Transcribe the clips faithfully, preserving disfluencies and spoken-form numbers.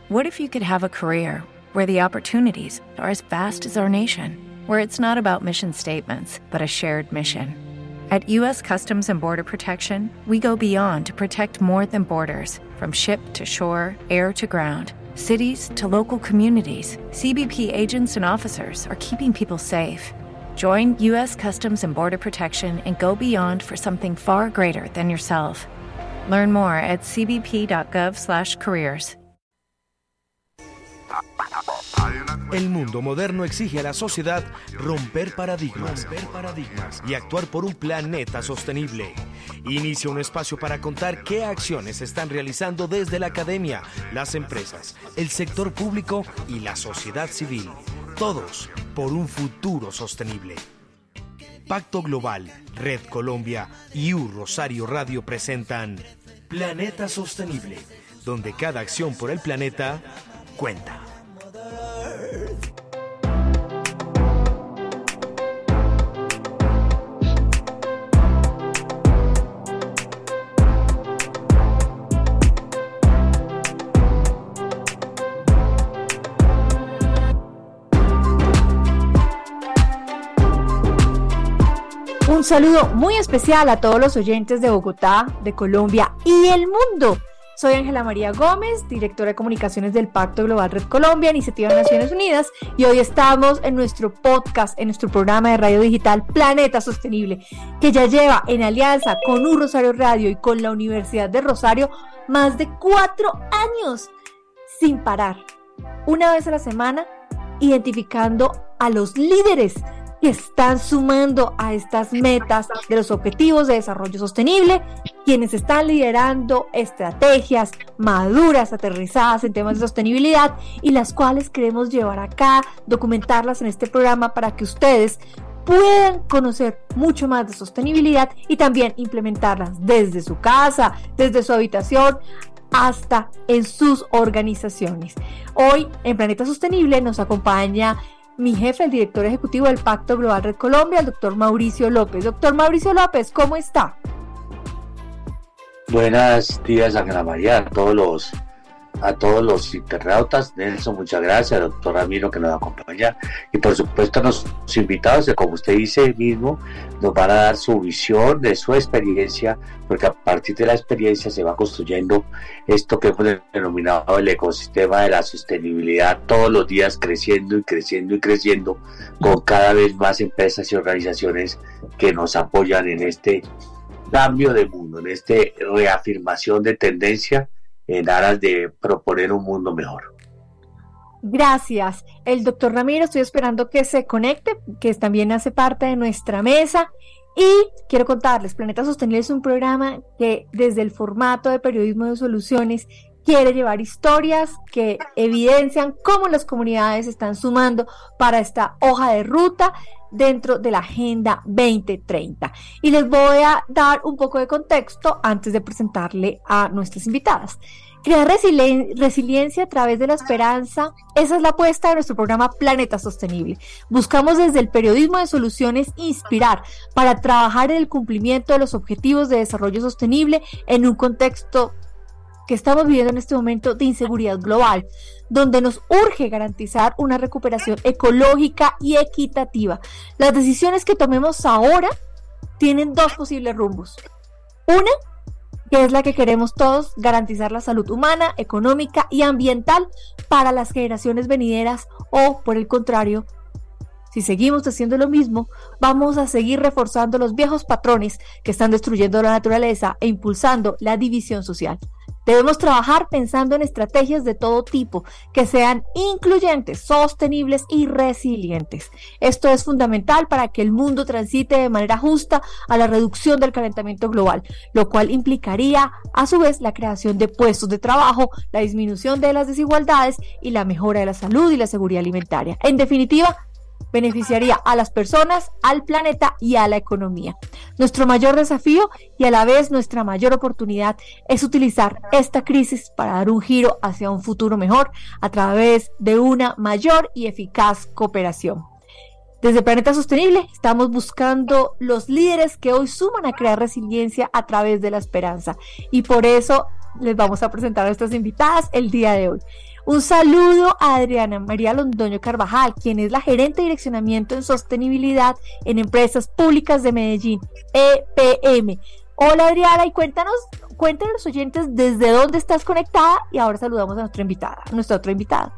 What if you could have a career where the opportunities are as vast as our nation, where it's not about mission statements, but a shared mission? At U S Customs and Border Protection, we go beyond to protect more than borders. From ship to shore, air to ground, cities to local communities, C B P agents and officers are keeping people safe. Join U S Customs and Border Protection and go beyond for something far greater than yourself. Learn more at c b p dot gov slash careers. El mundo moderno exige a la sociedad romper paradigmas, romper paradigmas y actuar por un planeta sostenible. Inicia un espacio para contar qué acciones se están realizando desde la academia, las empresas, el sector público y la sociedad civil. Todos por un futuro sostenible. Pacto Global, Red Colombia y U Rosario Radio presentan Planeta Sostenible, donde cada acción por el planeta cuenta. Un saludo muy especial a todos los oyentes de Bogotá, de Colombia y el mundo. Soy Ángela María Gómez, directora de comunicaciones del Pacto Global Red Colombia, Iniciativa de Naciones Unidas, y hoy estamos en nuestro podcast, en nuestro programa de radio digital Planeta Sostenible, que ya lleva en alianza con U Rosario Radio y con la Universidad de Rosario más de cuatro años sin parar, una vez a la semana, identificando a los líderes que están sumando a estas metas de los objetivos de desarrollo sostenible, quienes están liderando estrategias maduras, aterrizadas en temas de sostenibilidad y las cuales queremos llevar acá, documentarlas en este programa para que ustedes puedan conocer mucho más de sostenibilidad y también implementarlas desde su casa, desde su habitación, hasta en sus organizaciones. Hoy en Planeta Sostenible nos acompaña mi jefe, el director ejecutivo del Pacto Global Red Colombia, el doctor Mauricio López. Doctor Mauricio López, ¿cómo está? Buenos días, Ángela María, a todos los, a todos los internautas. Nelson, muchas gracias, doctor Ramiro, que nos acompaña, y por supuesto a los invitados, que como usted dice mismo, nos van a dar su visión de su experiencia, porque a partir de la experiencia se va construyendo esto que hemos denominado el ecosistema de la sostenibilidad, todos los días creciendo y creciendo y creciendo, con cada vez más empresas y organizaciones que nos apoyan en este cambio de mundo, en esta reafirmación de tendencia en aras de proponer un mundo mejor. Gracias. El doctor Ramiro, estoy esperando que se conecte, que también hace parte de nuestra mesa. Y quiero contarles, Planeta Sostenible es un programa que desde el formato de periodismo de soluciones quiere llevar historias que evidencian cómo las comunidades están sumando para esta hoja de ruta dentro de la Agenda veinte treinta. Y les voy a dar un poco de contexto antes de presentarle a nuestras invitadas. Crear resili- resiliencia a través de la esperanza, esa es la apuesta de nuestro programa Planeta Sostenible. Buscamos desde el periodismo de soluciones inspirar para trabajar en el cumplimiento de los objetivos de desarrollo sostenible en un contexto que estamos viviendo en este momento de inseguridad global, donde nos urge garantizar una recuperación ecológica y equitativa. Las decisiones que tomemos ahora tienen dos posibles rumbos. Una, que es la que queremos todos, garantizar la salud humana, económica y ambiental para las generaciones venideras, o por el contrario, si seguimos haciendo lo mismo, vamos a seguir reforzando los viejos patrones que están destruyendo la naturaleza e impulsando la división social. Debemos trabajar pensando en estrategias de todo tipo que sean incluyentes, sostenibles y resilientes. Esto es fundamental para que el mundo transite de manera justa a la reducción del calentamiento global, lo cual implicaría a su vez la creación de puestos de trabajo, la disminución de las desigualdades y la mejora de la salud y la seguridad alimentaria. En definitiva, beneficiaría a las personas, al planeta y a la economía. Nuestro mayor desafío y a la vez nuestra mayor oportunidad es utilizar esta crisis para dar un giro hacia un futuro mejor a través de una mayor y eficaz cooperación. Desde Planeta Sostenible estamos buscando los líderes que hoy suman a crear resiliencia a través de la esperanza, y por eso les vamos a presentar a nuestras invitadas el día de hoy. Un saludo a Adriana María Londoño Carvajal, quien es la gerente de direccionamiento en sostenibilidad en Empresas Públicas de Medellín, E P M. Hola Adriana, y cuéntanos, cuéntanos a los oyentes desde dónde estás conectada, y ahora saludamos a nuestra invitada, a nuestra otra invitada.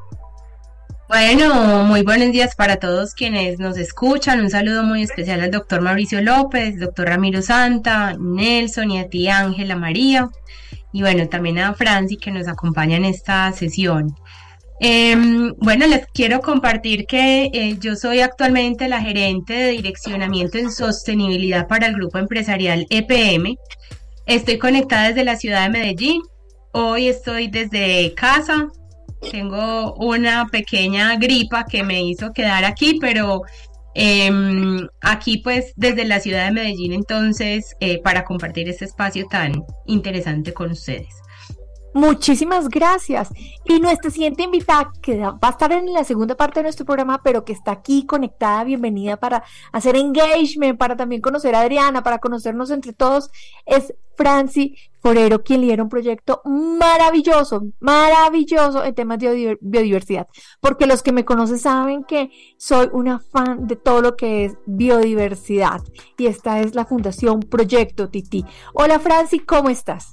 Bueno, muy buenos días para todos quienes nos escuchan. Un saludo muy especial al doctor Mauricio López, doctor Ramiro Santa, Nelson y a ti Ángela María. Y bueno, también a Franci que nos acompaña en esta sesión. Eh, bueno, les quiero compartir que eh, yo soy actualmente la gerente de direccionamiento en sostenibilidad para el grupo empresarial E P M. Estoy conectada desde la ciudad de Medellín. Hoy estoy desde casa. Tengo una pequeña gripa que me hizo quedar aquí, pero eh, aquí pues desde la ciudad de Medellín, entonces eh, para compartir este espacio tan interesante con ustedes. Muchísimas gracias. Y nuestra siguiente invitada, que va a estar en la segunda parte de nuestro programa, pero que está aquí conectada, bienvenida para hacer engagement, para también conocer a Adriana, para conocernos entre todos, es Franci Forero, quien lidera un proyecto maravilloso, maravilloso en temas de biodiversidad, porque los que me conocen saben que soy una fan de todo lo que es biodiversidad, y esta es la Fundación Proyecto Tití. Hola Franci, ¿cómo estás?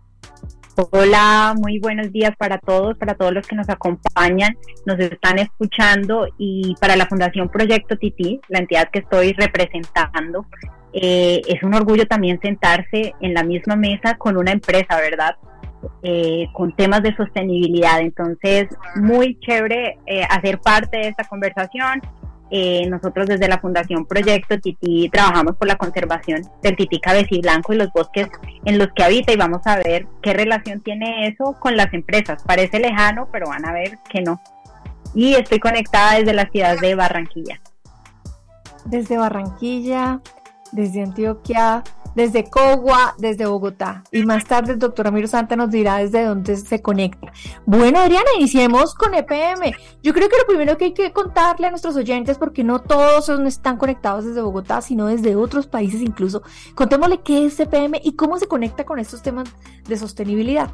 Hola, muy buenos días para todos, para todos los que nos acompañan, nos están escuchando, y para la Fundación Proyecto Tití, la entidad que estoy representando, eh, es un orgullo también sentarse en la misma mesa con una empresa, ¿verdad? Eh, con temas de sostenibilidad. Entonces, muy chévere eh, hacer parte de esta conversación. Eh, nosotros desde la Fundación Proyecto Tití trabajamos por la conservación del tití cabeciblanco y los bosques en los que habita, y vamos a ver qué relación tiene eso con las empresas. Parece lejano, pero van a ver que no. Y estoy conectada desde la ciudad de Barranquilla. Desde Barranquilla, desde Antioquia, desde Cogua, desde Bogotá, y más tarde el doctor Ramiro Santa nos dirá desde dónde se conecta. Bueno, Adriana, iniciemos con E P M. Yo creo que lo primero que hay que contarle a nuestros oyentes, porque no todos están conectados desde Bogotá, sino desde otros países incluso, contémosle qué es E P M y cómo se conecta con estos temas de sostenibilidad.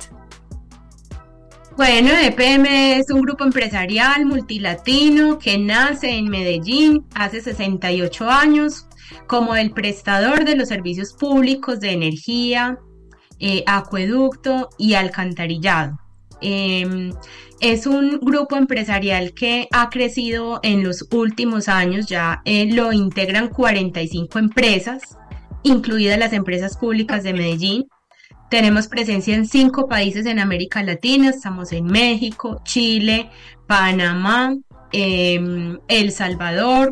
Bueno, E P M es un grupo empresarial multilatino que nace en Medellín hace sesenta y ocho años como el prestador de los servicios públicos de energía, eh, acueducto y alcantarillado. Eh, es un grupo empresarial que ha crecido en los últimos años, ya eh, lo integran cuarenta y cinco empresas, incluidas las empresas públicas de Medellín. Tenemos presencia en cinco países en América Latina, estamos en México, Chile, Panamá, eh, El Salvador.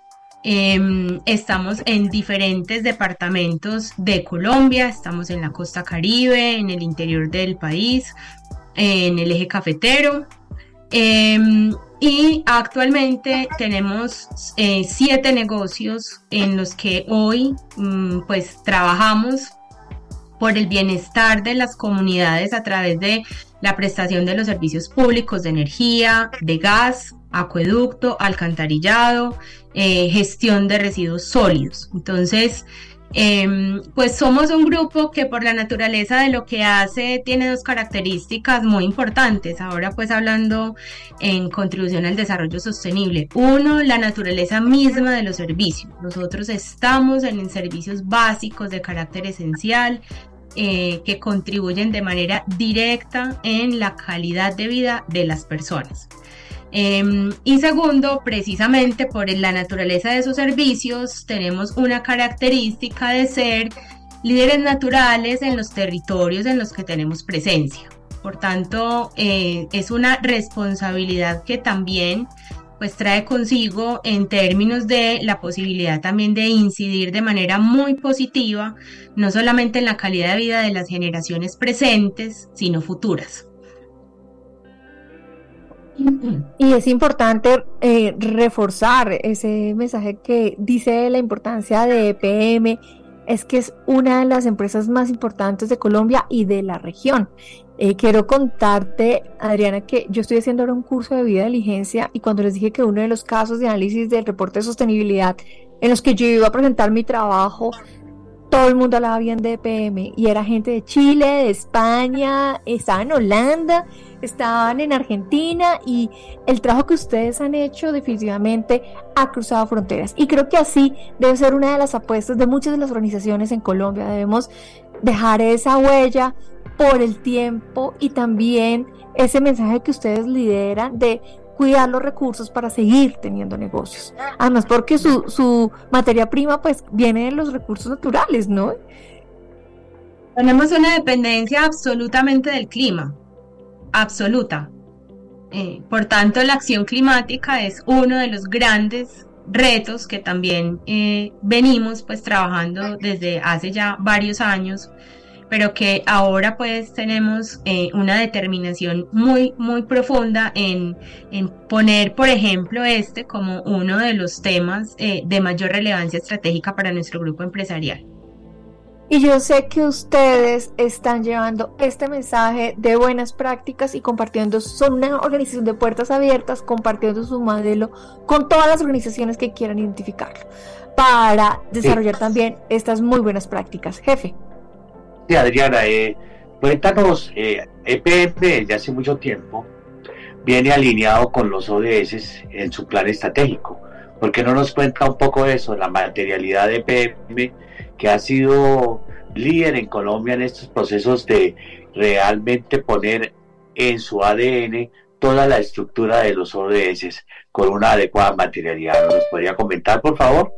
Eh, estamos en diferentes departamentos de Colombia, estamos en la costa Caribe, en el interior del país, en el eje cafetero, eh, y actualmente tenemos eh, siete negocios en los que hoy mm, pues trabajamos por el bienestar de las comunidades a través de la prestación de los servicios públicos de energía, de gas, acueducto, alcantarillado, eh, gestión de residuos sólidos. Entonces, eh, pues somos un grupo que por la naturaleza de lo que hace tiene dos características muy importantes. Ahora pues hablando en contribución al desarrollo sostenible. Uno, la naturaleza misma de los servicios. Nosotros estamos en servicios básicos de carácter esencial, Eh, que contribuyen de manera directa en la calidad de vida de las personas. Eh, y segundo, precisamente por la naturaleza de esos servicios, tenemos una característica de ser líderes naturales en los territorios en los que tenemos presencia. Por tanto, eh, es una responsabilidad que también pues trae consigo en términos de la posibilidad también de incidir de manera muy positiva, no solamente en la calidad de vida de las generaciones presentes, sino futuras. Y es importante eh, reforzar ese mensaje que dice la importancia de E P M, es que es una de las empresas más importantes de Colombia y de la región. Eh, quiero contarte, Adriana, que yo estoy haciendo ahora un curso de vida de diligencia, y cuando les dije que uno de los casos de análisis del reporte de sostenibilidad en los que yo iba a presentar mi trabajo, todo el mundo hablaba bien de E P M y era gente de Chile, de España, estaba en Holanda, estaban en Argentina, y el trabajo que ustedes han hecho definitivamente ha cruzado fronteras, y creo que así debe ser una de las apuestas de muchas de las organizaciones en Colombia. Debemos dejar esa huella por el tiempo y también ese mensaje que ustedes lideran de cuidar los recursos para seguir teniendo negocios. Además, porque su, su materia prima pues viene de los recursos naturales, ¿no? Tenemos una dependencia absolutamente del clima, absoluta. Eh, por tanto, la acción climática es uno de los grandes retos que también eh, venimos pues trabajando desde hace ya varios años, pero que ahora pues tenemos eh, una determinación muy muy profunda en, en poner, por ejemplo, este como uno de los temas eh, de mayor relevancia estratégica para nuestro grupo empresarial. Y yo sé que ustedes están llevando este mensaje de buenas prácticas y compartiendo, son una organización de puertas abiertas, compartiendo su modelo con todas las organizaciones que quieran identificarlo, para desarrollar sí. también estas muy buenas prácticas. Jefe. Sí, Adriana, eh, cuéntanos, eh, E P M desde hace mucho tiempo viene alineado con los O D S en su plan estratégico. ¿Por qué no nos cuenta un poco de eso, la materialidad de E P M, que ha sido líder en Colombia en estos procesos de realmente poner en su A D N toda la estructura de los O D S con una adecuada materialidad? ¿Nos podría comentar, por favor?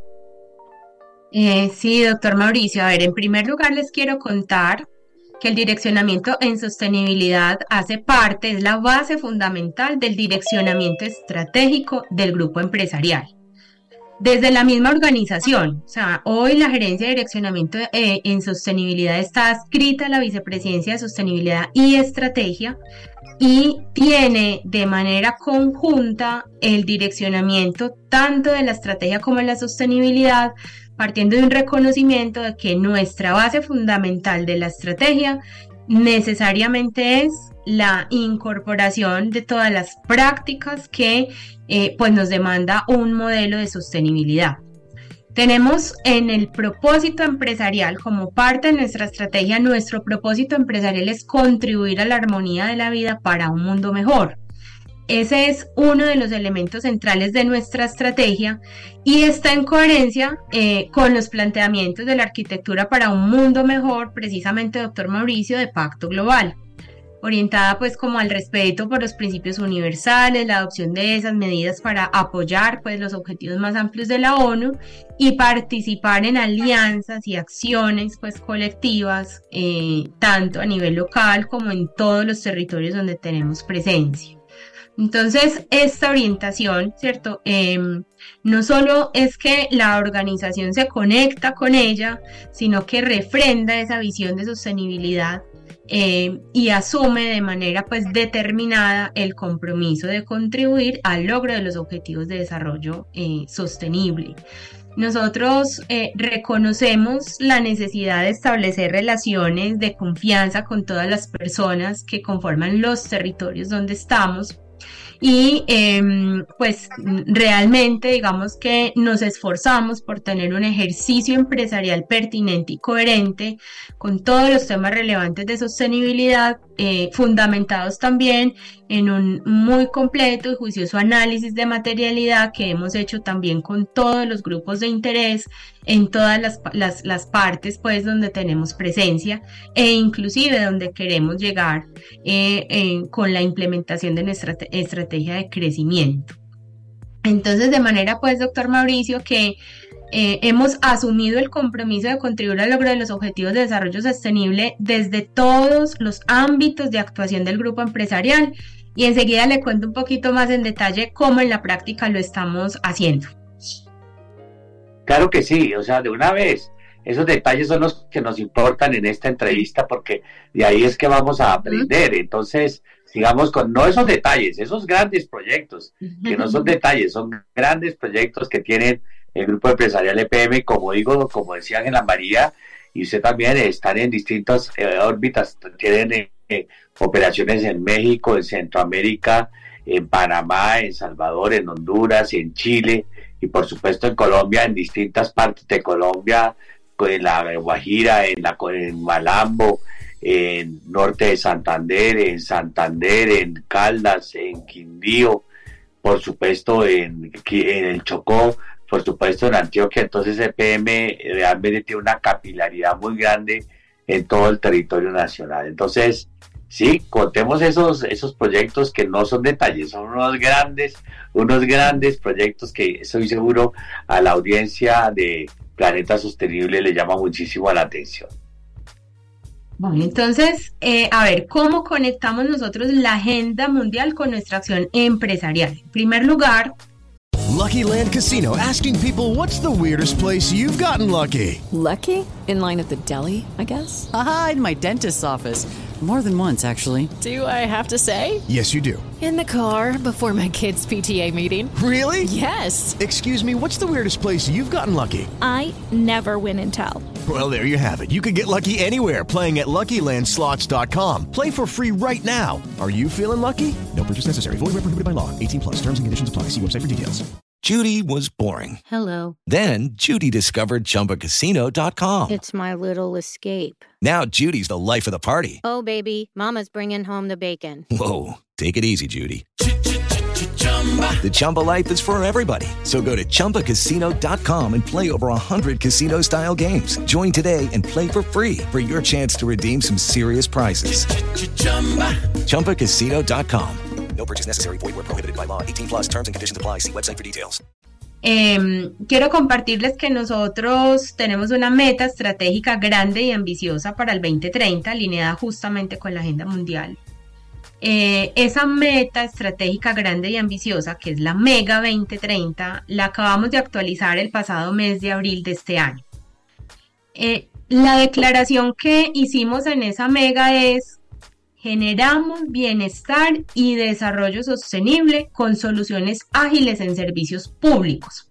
Eh, sí, doctor Mauricio. A ver, en primer lugar les quiero contar que el direccionamiento en sostenibilidad hace parte, es la base fundamental del direccionamiento estratégico del grupo empresarial. Desde la misma organización, o sea, hoy la gerencia de direccionamiento eh, en sostenibilidad está adscrita a la vicepresidencia de sostenibilidad y estrategia, y tiene de manera conjunta el direccionamiento tanto de la estrategia como de la sostenibilidad, partiendo de un reconocimiento de que nuestra base fundamental de la estrategia necesariamente es la incorporación de todas las prácticas que eh, pues nos demanda un modelo de sostenibilidad. Tenemos en el propósito empresarial, como parte de nuestra estrategia, nuestro propósito empresarial es contribuir a la armonía de la vida para un mundo mejor. Ese es uno de los elementos centrales de nuestra estrategia y está en coherencia eh, con los planteamientos de la arquitectura para un mundo mejor, precisamente, doctor Mauricio, de Pacto Global, orientada pues como al respeto por los principios universales, la adopción de esas medidas para apoyar pues los objetivos más amplios de la ONU y participar en alianzas y acciones pues colectivas, eh, tanto a nivel local como en todos los territorios donde tenemos presencia. Entonces, esta orientación, ¿cierto? Eh, no solo es que la organización se conecta con ella, sino que refrenda esa visión de sostenibilidad eh, y asume de manera pues determinada el compromiso de contribuir al logro de los objetivos de desarrollo eh, sostenible. Nosotros eh, reconocemos la necesidad de establecer relaciones de confianza con todas las personas que conforman los territorios donde estamos. Y eh, pues realmente digamos que nos esforzamos por tener un ejercicio empresarial pertinente y coherente con todos los temas relevantes de sostenibilidad, eh, fundamentados también en un muy completo y juicioso análisis de materialidad que hemos hecho también con todos los grupos de interés en todas las, las, las partes pues donde tenemos presencia e inclusive donde queremos llegar eh, eh, con la implementación de nuestra estrategia de crecimiento. Entonces, de manera pues, doctor Mauricio, que eh, hemos asumido el compromiso de contribuir al logro de los objetivos de desarrollo sostenible desde todos los ámbitos de actuación del grupo empresarial, y enseguida le cuento un poquito más en detalle cómo en la práctica lo estamos haciendo. Claro que sí, o sea, de una vez, esos detalles son los que nos importan en esta entrevista, porque de ahí es que vamos a aprender. Entonces, sigamos con, no esos detalles, esos grandes proyectos, que no son detalles, son grandes proyectos que tienen el Grupo Empresarial E P M, como digo, como decía Ángela María, y usted también, están en distintas eh, órbitas, tienen eh, eh, operaciones en México, en Centroamérica, en Panamá, en Salvador, en Honduras, en Chile, y por supuesto en Colombia, en distintas partes de Colombia, en la Guajira, en, la, en Malambo, en norte de Santander, en Santander, en Caldas, en Quindío, por supuesto en, en el Chocó, por supuesto en Antioquia. Entonces E P M realmente tiene una capilaridad muy grande en todo el territorio nacional. Entonces, sí, contemos esos, esos proyectos que no son detalles, son unos grandes, unos grandes proyectos que estoy seguro a la audiencia de Planeta Sostenible le llama muchísimo la atención. Bueno, entonces, eh, a ver, ¿cómo conectamos nosotros la agenda mundial con nuestra acción empresarial? En primer lugar, Lucky Land Casino, asking people, what's the weirdest place you've gotten lucky? Lucky? In line at the deli, I guess? Aha, in my dentist's office. More than once, actually. Do I have to say? Yes, you do. In the car before my kids' P T A meeting. Really? Yes. Excuse me, what's the weirdest place you've gotten lucky? I never win and tell. Well, there you have it. You can get lucky anywhere, playing at Lucky Land Slots dot com. Play for free right now. Are you feeling lucky? No purchase necessary. Void where prohibited by law. eighteen plus. Terms and conditions apply. See website for details. Judy was boring. Hello. Then Judy discovered Chumba Casino dot com. It's my little escape. Now Judy's the life of the party. Oh, baby, mama's bringing home the bacon. Whoa, take it easy, Judy. The Chumba life is for everybody. So go to Chumba Casino dot com and play over one hundred casino-style games. Join today and play for free for your chance to redeem some serious prizes. Chumba Casino dot com. No purchase necessary. Void where prohibited by law. eighteen plus. Terms and conditions apply. See website for details. Eh, quiero compartirles que nosotros tenemos una meta estratégica grande y ambiciosa para el veinte treinta, alineada justamente con la agenda mundial. Eh, esa meta estratégica grande y ambiciosa, que es la Mega veinte treinta, la acabamos de actualizar el pasado mes de abril de este año. Eh, la declaración que hicimos en esa Mega es: generamos bienestar y desarrollo sostenible con soluciones ágiles en servicios públicos.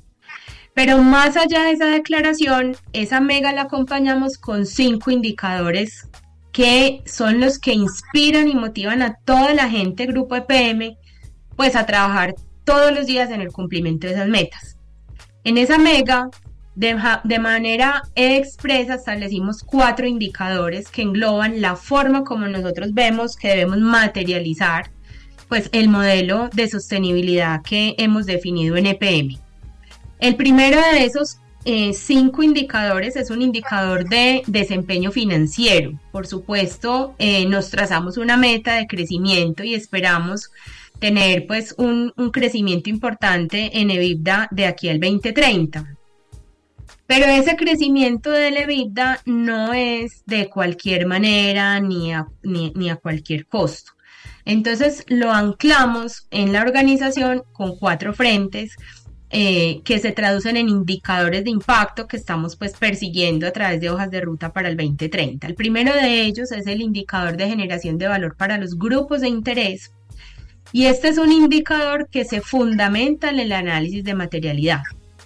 Pero más allá de esa declaración, esa Mega la acompañamos con cinco indicadores que son los que inspiran y motivan a toda la gente Grupo E P M pues a trabajar todos los días en el cumplimiento de esas metas. En esa Mega, de, de manera expresa, establecimos cuatro indicadores que engloban la forma como nosotros vemos que debemos materializar pues el modelo de sostenibilidad que hemos definido en E P M. El primero de esos Eh, cinco indicadores es un indicador de desempeño financiero. Por supuesto, eh, nos trazamos una meta de crecimiento y esperamos tener pues un, un crecimiento importante en EBITDA de aquí al veinte treinta. Pero ese crecimiento del EBITDA no es de cualquier manera ni a, ni, ni a cualquier costo. Entonces lo anclamos en la organización con cuatro frentes Eh, que se traducen en indicadores de impacto que estamos pues persiguiendo a través de hojas de ruta para el veinte treinta. El primero de ellos es el indicador de generación de valor para los grupos de interés, y este es un indicador que se fundamenta en el análisis de materialidad.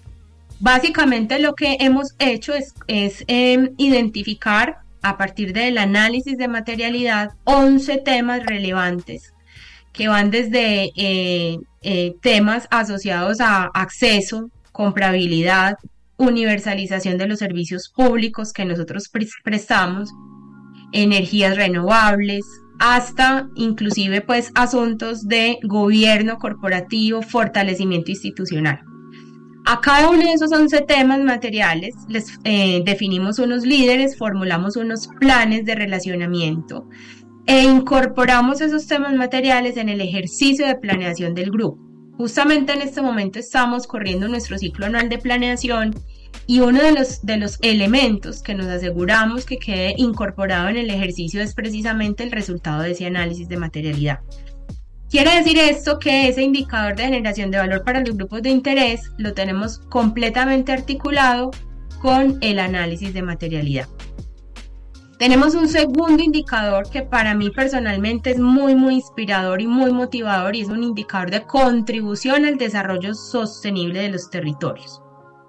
Básicamente lo que hemos hecho es, es eh, identificar a partir del análisis de materialidad once temas relevantes que van desde eh, eh, temas asociados a acceso, comprabilidad, universalización de los servicios públicos que nosotros pre- prestamos, energías renovables, hasta inclusive pues asuntos de gobierno corporativo, fortalecimiento institucional. A cada uno de esos once temas materiales les eh, definimos unos líderes, formulamos unos planes de relacionamiento e incorporamos esos temas materiales en el ejercicio de planeación del grupo. Justamente en este momento estamos corriendo nuestro ciclo anual de planeación y uno de los, de los elementos que nos aseguramos que quede incorporado en el ejercicio es precisamente el resultado de ese análisis de materialidad. Quiere decir esto que ese indicador de generación de valor para los grupos de interés lo tenemos completamente articulado con el análisis de materialidad. Tenemos un segundo indicador que para mí personalmente es muy muy inspirador y muy motivador, y es un indicador de contribución al desarrollo sostenible de los territorios.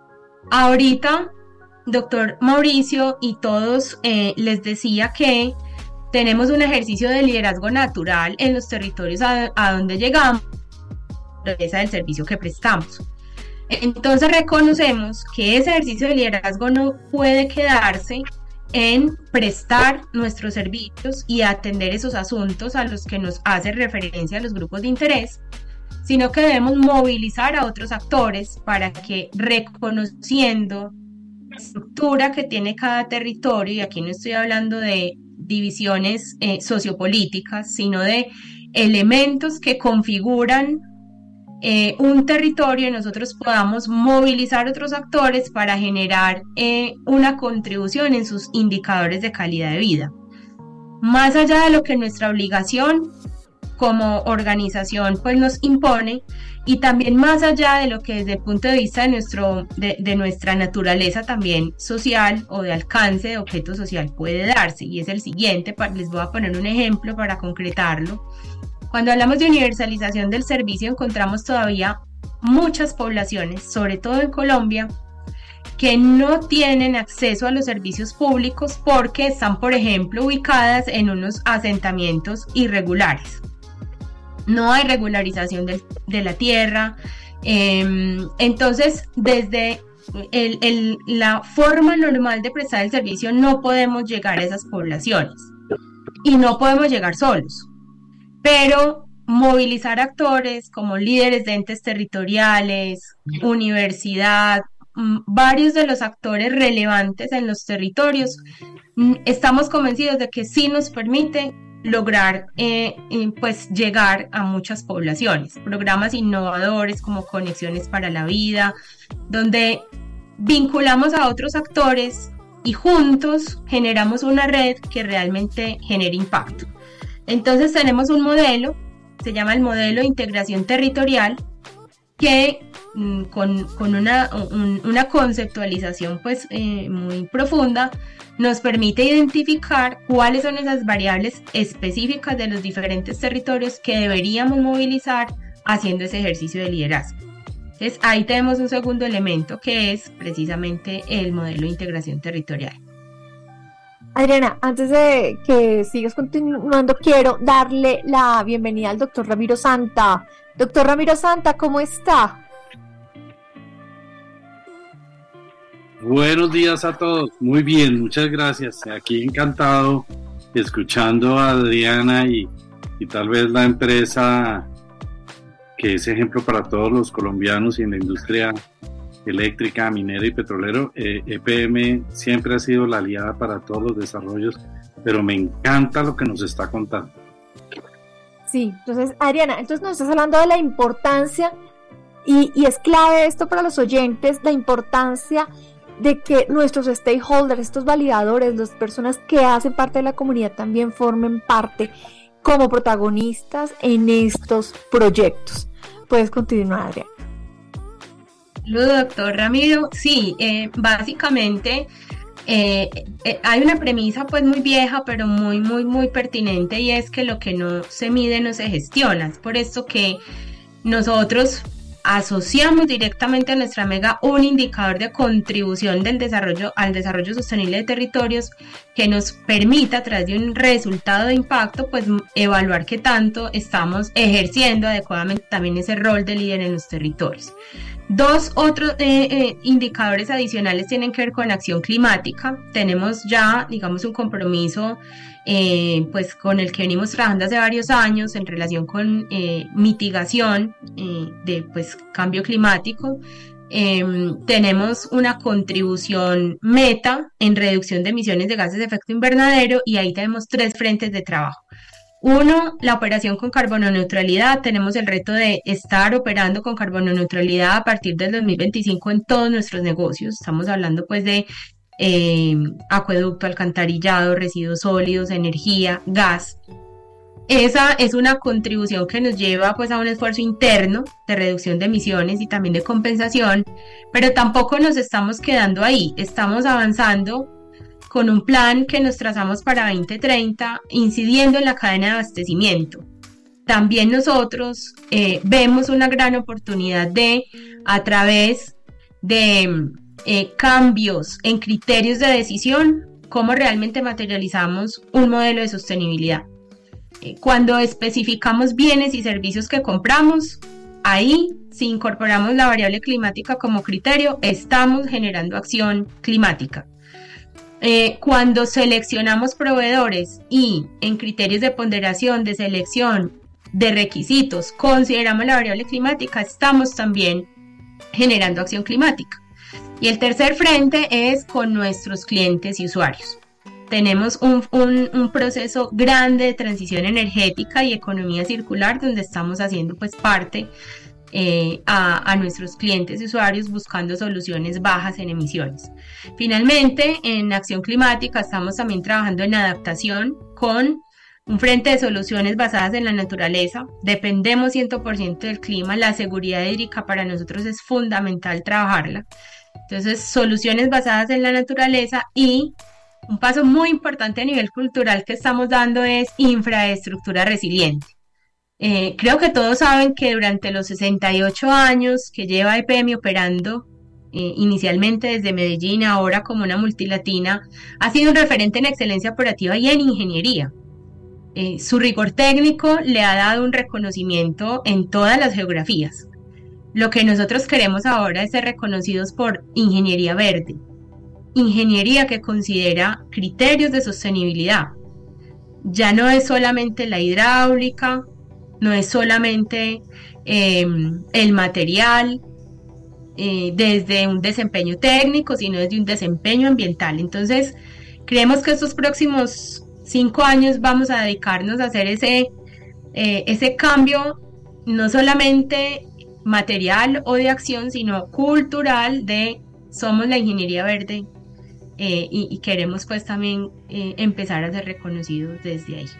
Ahorita, doctor Mauricio y todos eh, les decía que tenemos un ejercicio de liderazgo natural en los territorios a, a donde llegamos, del servicio que prestamos. Entonces reconocemos que ese ejercicio de liderazgo no puede quedarse en prestar nuestros servicios y atender esos asuntos a los que nos hace referencia los grupos de interés, sino que debemos movilizar a otros actores para que, reconociendo la estructura que tiene cada territorio, y aquí no estoy hablando de divisiones eh, sociopolíticas, sino de elementos que configuran eh, un territorio, y nosotros podamos movilizar otros actores para generar eh, una contribución en sus indicadores de calidad de vida. Más allá de lo que nuestra obligación como organización pues nos impone, y también más allá de lo que desde el punto de vista de, nuestro, de, de nuestra naturaleza también social o de alcance de objeto social puede darse, y es el siguiente. Les voy a poner un ejemplo para concretarlo. Cuando hablamos de universalización del servicio, encontramos todavía muchas poblaciones, sobre todo en Colombia, que no tienen acceso a los servicios públicos porque están, por ejemplo, ubicadas en unos asentamientos irregulares. No hay regularización de, de la tierra, eh, entonces desde el, el, la forma normal de prestar el servicio no podemos llegar a esas poblaciones y no podemos llegar solos, pero movilizar actores como líderes de entes territoriales, universidad, varios de los actores relevantes en los territorios, estamos convencidos de que sí nos permite lograr eh, pues llegar a muchas poblaciones. Programas innovadores como Conexiones para la Vida, donde vinculamos a otros actores y juntos generamos una red que realmente genere impacto. Entonces tenemos un modelo, se llama el modelo de integración territorial, que mm, con, con una, un, una conceptualización pues eh, muy profunda nos permite identificar cuáles son esas variables específicas de los diferentes territorios que deberíamos movilizar haciendo ese ejercicio de liderazgo. Entonces ahí tenemos un segundo elemento que es precisamente el modelo de integración territorial. Adriana, antes de que sigas continuando, quiero darle la bienvenida al doctor Ramiro Santa. Doctor Ramiro Santa, ¿cómo está? Buenos días a todos, muy bien, muchas gracias. Aquí encantado escuchando a Adriana y, y tal vez la empresa que es ejemplo para todos los colombianos y en la industria eléctrica, minera y petrolero. eh, E P M siempre ha sido la aliada para todos los desarrollos, pero me encanta lo que nos está contando. Sí, entonces Adriana, entonces nos estás hablando de la importancia, y, y es clave esto para los oyentes, la importancia de que nuestros stakeholders, estos validadores, las personas que hacen parte de la comunidad también formen parte como protagonistas en estos proyectos. Puedes continuar, Adriana. Saludos, doctor Ramiro. Sí, eh, básicamente eh, eh, hay una premisa pues muy vieja, pero muy, muy, muy pertinente, y es que lo que no se mide no se gestiona. Es por esto que nosotros asociamos directamente a nuestra mega un indicador de contribución del desarrollo al desarrollo sostenible de territorios que nos permita, a través de un resultado de impacto, pues evaluar qué tanto estamos ejerciendo adecuadamente también ese rol de líder en los territorios. Dos otros eh, eh, indicadores adicionales tienen que ver con acción climática. Tenemos ya, digamos, un compromiso eh, pues con el que venimos trabajando hace varios años en relación con eh, mitigación eh, de pues cambio climático. Eh, tenemos una contribución meta en reducción de emisiones de gases de efecto invernadero, y ahí tenemos tres frentes de trabajo. Uno, la operación con carbono neutralidad. Tenemos el reto de estar operando con carbono neutralidad a partir del dos mil veinticinco en todos nuestros negocios. Estamos hablando pues de eh, acueducto, alcantarillado, residuos sólidos, energía, gas. Esa es una contribución que nos lleva pues a un esfuerzo interno de reducción de emisiones y también de compensación, pero tampoco nos estamos quedando ahí. Estamos avanzando con un plan que nos trazamos para veinte treinta, incidiendo en la cadena de abastecimiento. También nosotros eh, vemos una gran oportunidad de, a través de eh, cambios en criterios de decisión, cómo realmente materializamos un modelo de sostenibilidad. Eh, cuando especificamos bienes y servicios que compramos, ahí, si incorporamos la variable climática como criterio, estamos generando acción climática. Eh, cuando seleccionamos proveedores y en criterios de ponderación, de selección, de requisitos, consideramos la variable climática, estamos también generando acción climática. Y el tercer frente es con nuestros clientes y usuarios. Tenemos un, un, un proceso grande de transición energética y economía circular donde estamos haciendo pues parte eh, a, a nuestros clientes y usuarios buscando soluciones bajas en emisiones. Finalmente, en acción climática estamos también trabajando en adaptación con un frente de soluciones basadas en la naturaleza. Dependemos cien por ciento del clima, la seguridad hídrica para nosotros es fundamental trabajarla. Entonces, soluciones basadas en la naturaleza y un paso muy importante a nivel cultural que estamos dando es infraestructura resiliente. Eh, creo que todos saben que durante los sesenta y ocho años que lleva E P M operando, eh, inicialmente desde Medellín, ahora como una multilatina, ha sido un referente en excelencia operativa y en ingeniería. Eh, su rigor técnico le ha dado un reconocimiento en todas las geografías. Lo que nosotros queremos ahora es ser reconocidos por ingeniería verde, ingeniería que considera criterios de sostenibilidad. Ya no es solamente la hidráulica, no es solamente eh, el material eh, desde un desempeño técnico, sino desde un desempeño ambiental. Entonces, creemos que estos próximos cinco años vamos a dedicarnos a hacer ese, eh, ese cambio, no solamente material o de acción, sino cultural de somos la ingeniería verde. Eh, y, y queremos pues también eh, empezar a ser reconocidos desde ahí.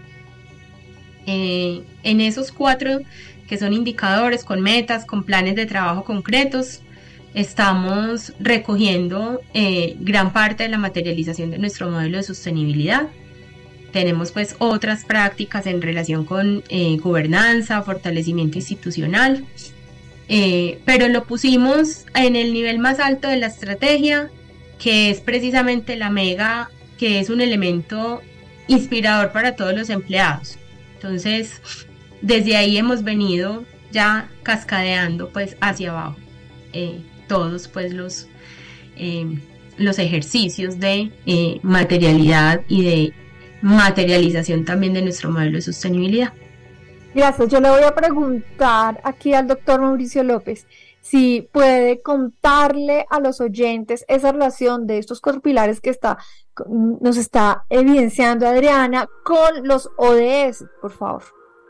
Eh, en esos cuatro que son indicadores con metas, con planes de trabajo concretos, estamos recogiendo eh, gran parte de la materialización de nuestro modelo de sostenibilidad. Tenemos pues otras prácticas en relación con eh, gobernanza, fortalecimiento institucional, eh, pero lo pusimos en el nivel más alto de la estrategia, que es precisamente la mega, que es un elemento inspirador para todos los empleados. Entonces, desde ahí hemos venido ya cascadeando pues hacia abajo eh, todos pues los, eh, los ejercicios de eh, materialidad y de materialización también de nuestro modelo de sostenibilidad. Gracias. Yo le voy a preguntar aquí al doctor Mauricio López si puede contarle a los oyentes esa relación de estos cuatro pilares que está, nos está evidenciando Adriana con los O D S, por favor.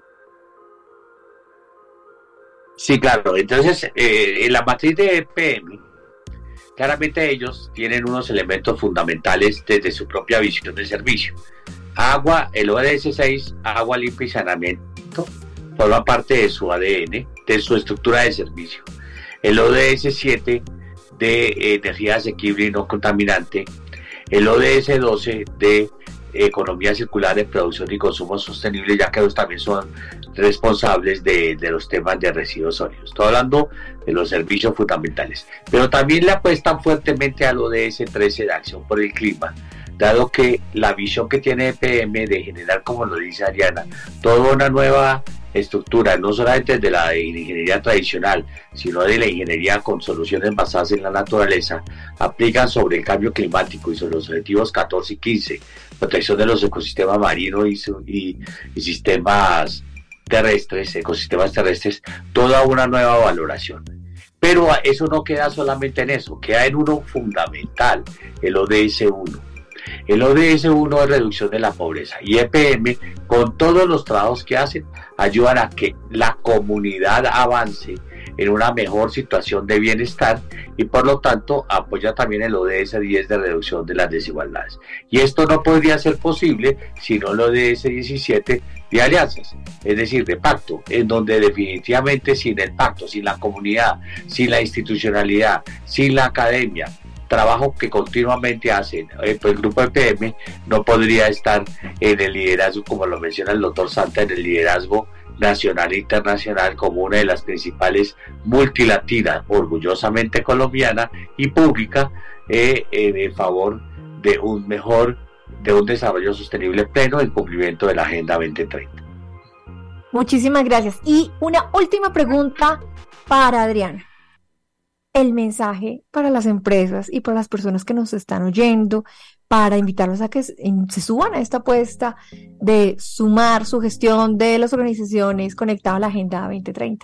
Sí, claro. Entonces, eh, en la matriz de E P M, claramente ellos tienen unos elementos fundamentales desde su propia visión de servicio. Agua, el O D S seis, agua limpia y saneamiento, forma parte de su A D N, de su estructura de servicio. El O D S siete de eh, energía asequible y no contaminante, el O D S doce de eh, economía circular de producción y consumo sostenible, ya que ellos también son responsables de, de los temas de residuos sólidos. Estoy hablando de los servicios fundamentales, pero también le apuestan fuertemente al O D S trece de acción por el clima, dado que la visión que tiene E P M de generar, como lo dice Ariana, toda una nueva estructura, no solamente de la ingeniería tradicional, sino de la ingeniería con soluciones basadas en la naturaleza, aplican sobre el cambio climático y sobre los objetivos catorce y quince, protección de los ecosistemas marinos y, y, y sistemas terrestres, ecosistemas terrestres, toda una nueva valoración. Pero eso no queda solamente en eso, queda en uno fundamental, el O D S uno. El O D S uno es reducción de la pobreza y E P M, con todos los trabajos que hacen, ayudan a que la comunidad avance en una mejor situación de bienestar y por lo tanto apoya también el O D S diez de reducción de las desigualdades. Y esto no podría ser posible sino el O D S diecisiete de alianzas, es decir, de pacto, en donde definitivamente sin el pacto, sin la comunidad, sin la institucionalidad, sin la academia, trabajo que continuamente hacen eh, pues el grupo E P M no podría estar en el liderazgo, como lo menciona el doctor Santa, en el liderazgo nacional e internacional como una de las principales multilatinas, orgullosamente colombiana y pública, eh, eh, en favor de un mejor, de un desarrollo sostenible pleno en cumplimiento de la Agenda veinte treinta. Muchísimas gracias. Y una última pregunta para Adriana. El mensaje para las empresas y para las personas que nos están oyendo, para invitarlos a que se suban a esta apuesta de sumar su gestión de las organizaciones conectada a la Agenda veinte treinta.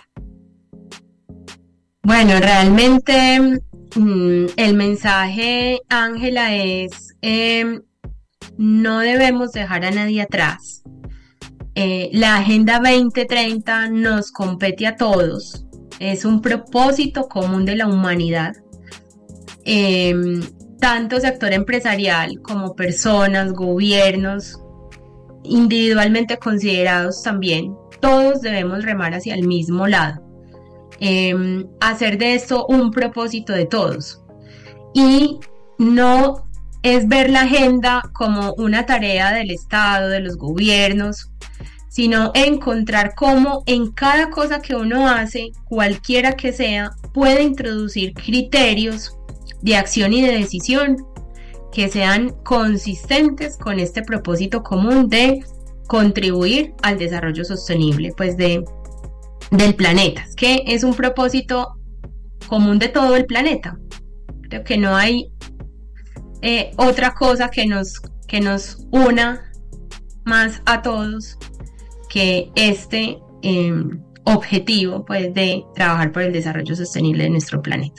Bueno, realmente mmm, el mensaje, Ángela, es eh, no debemos dejar a nadie atrás. Eh, la Agenda veinte treinta nos compete a todos, es un propósito común de la humanidad. Eh, tanto sector empresarial como personas, gobiernos, individualmente considerados también, todos debemos remar hacia el mismo lado. Eh, hacer de esto un propósito de todos. Y no es ver la agenda como una tarea del Estado, de los gobiernos, sino encontrar cómo en cada cosa que uno hace, cualquiera que sea, puede introducir criterios de acción y de decisión que sean consistentes con este propósito común de contribuir al desarrollo sostenible, pues de, del planeta, que es un propósito común de todo el planeta. Creo que no hay eh, otra cosa que nos, que nos una más a todos que este eh, objetivo, pues, de trabajar por el desarrollo sostenible de nuestro planeta.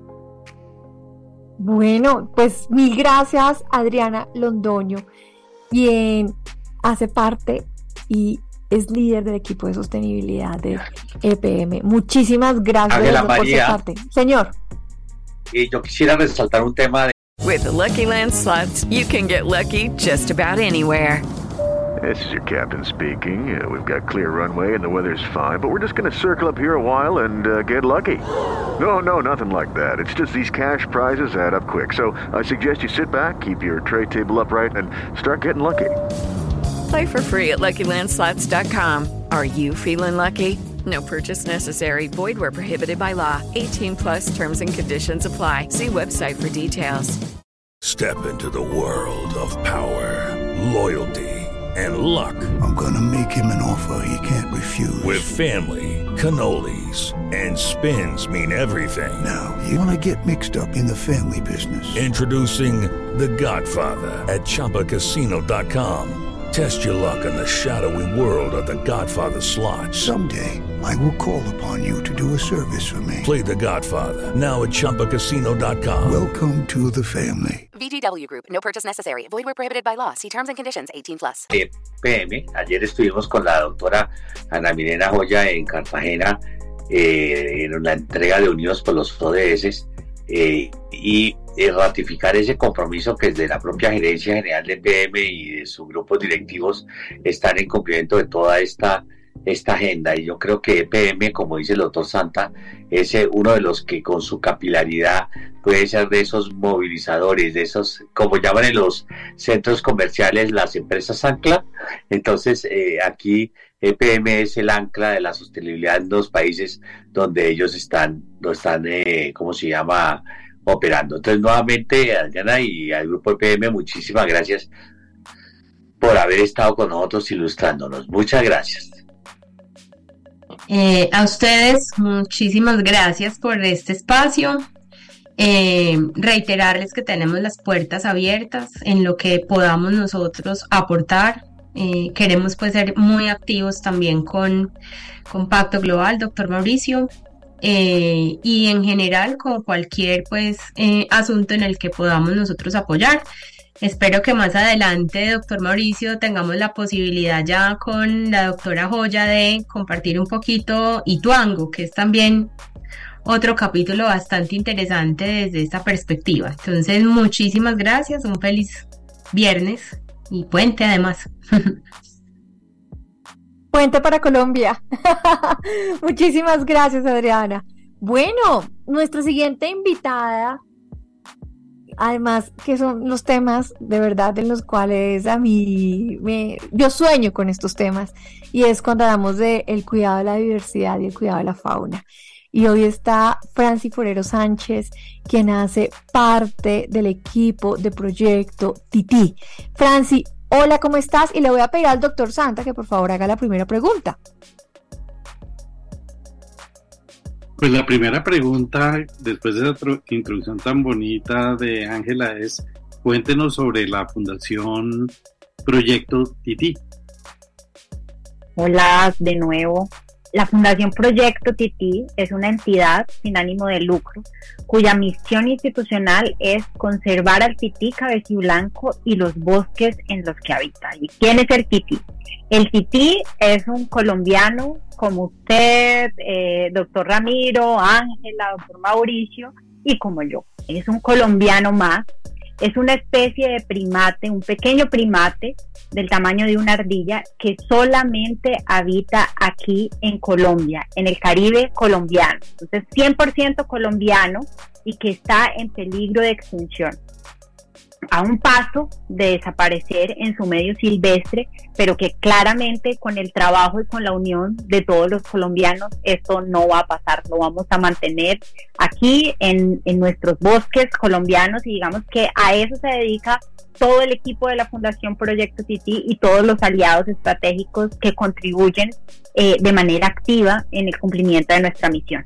Bueno, pues mil gracias, Adriana Londoño, quien hace parte y es líder del equipo de sostenibilidad de E P M. Muchísimas gracias por ser parte. Señor. Y yo quisiera resaltar un tema de... With the Lucky Land Slots, you can get lucky just about anywhere. This is your captain speaking. Uh, we've got clear runway and the weather's fine, but we're just going to circle up here a while and uh, get lucky. No, no, nothing like that. It's just these cash prizes add up quick. So I suggest you sit back, keep your tray table upright, and start getting lucky. Play for free at Lucky Land Slots dot com. Are you feeling lucky? No purchase necessary. Void where prohibited by law. eighteen plus terms and conditions apply. See website for details. Step into the world of power, loyalty, and luck. I'm gonna make him an offer he can't refuse. With family, cannolis, and spins mean everything. Now, you wanna get mixed up in the family business. Introducing The Godfather at Chumba Casino dot com. Test your luck in the shadowy world of The Godfather slot. Someday, I will call upon you to do a service for me. Play The Godfather, now at Chumba Casino dot com. Welcome to the family. V G W Group, no purchase necessary. Void where prohibited by law. See terms and conditions, eighteen plus. E P M, ayer estuvimos con la doctora Ana Milena Joya en Cartagena eh, en la entrega de Unidos por los O D S eh, y eh, ratificar ese compromiso que desde la propia Gerencia General de E P M y de sus grupos directivos están en cumplimiento de toda esta esta agenda. Y yo creo que E P M, como dice el doctor Santa, es uno de los que con su capilaridad puede ser de esos movilizadores, de esos, como llaman en los centros comerciales, las empresas ancla. Entonces eh, aquí E P M es el ancla de la sostenibilidad en dos países donde ellos están, no están, eh, ¿cómo se llama?, operando. Entonces nuevamente, Adriana y al grupo E P M, muchísimas gracias por haber estado con nosotros ilustrándonos. Muchas gracias. Eh, a ustedes, muchísimas gracias por este espacio. Eh, reiterarles que tenemos las puertas abiertas en lo que podamos nosotros aportar. Eh, queremos pues ser muy activos también con, con Pacto Global, doctor Mauricio, eh, y en general con cualquier pues eh, asunto en el que podamos nosotros apoyar. Espero que más adelante, doctor Mauricio, tengamos la posibilidad ya con la doctora Joya de compartir un poquito Ituango, que es también otro capítulo bastante interesante desde esta perspectiva. Entonces, muchísimas gracias, un feliz viernes y puente además. Puente para Colombia. Muchísimas gracias, Adriana. Bueno, nuestra siguiente invitada, además que son los temas de verdad en los cuales a mí me, yo sueño con estos temas, y es cuando hablamos de el cuidado de la diversidad y el cuidado de la fauna. Y hoy está Franci Forero Sánchez, quien hace parte del equipo de proyecto Tití. Franci, Hola, ¿cómo estás? Y le voy a pedir al doctor Santa que por favor haga la primera pregunta. Pues la primera pregunta, después de esa introducción tan bonita de Ángela, es cuéntenos sobre la Fundación Proyecto Tití. Hola, de nuevo. La Fundación Proyecto Tití es una entidad sin ánimo de lucro, cuya misión institucional es conservar al tití cabeciblanco y los bosques en los que habita. ¿Y quién es el tití? El tití es un colombiano como usted, eh, doctor Ramiro, Ángela, doctor Mauricio y como yo. Es un colombiano más. Es una especie de primate, un pequeño primate del tamaño de una ardilla que solamente habita aquí en Colombia, en el Caribe colombiano. Entonces, cien por ciento colombiano y que está en peligro de extinción, a un paso de desaparecer en su medio silvestre, pero que claramente con el trabajo y con la unión de todos los colombianos esto no va a pasar, lo vamos a mantener aquí en, en nuestros bosques colombianos, y digamos que a eso se dedica todo el equipo de la Fundación Proyecto Tití y todos los aliados estratégicos que contribuyen eh, de manera activa en el cumplimiento de nuestra misión.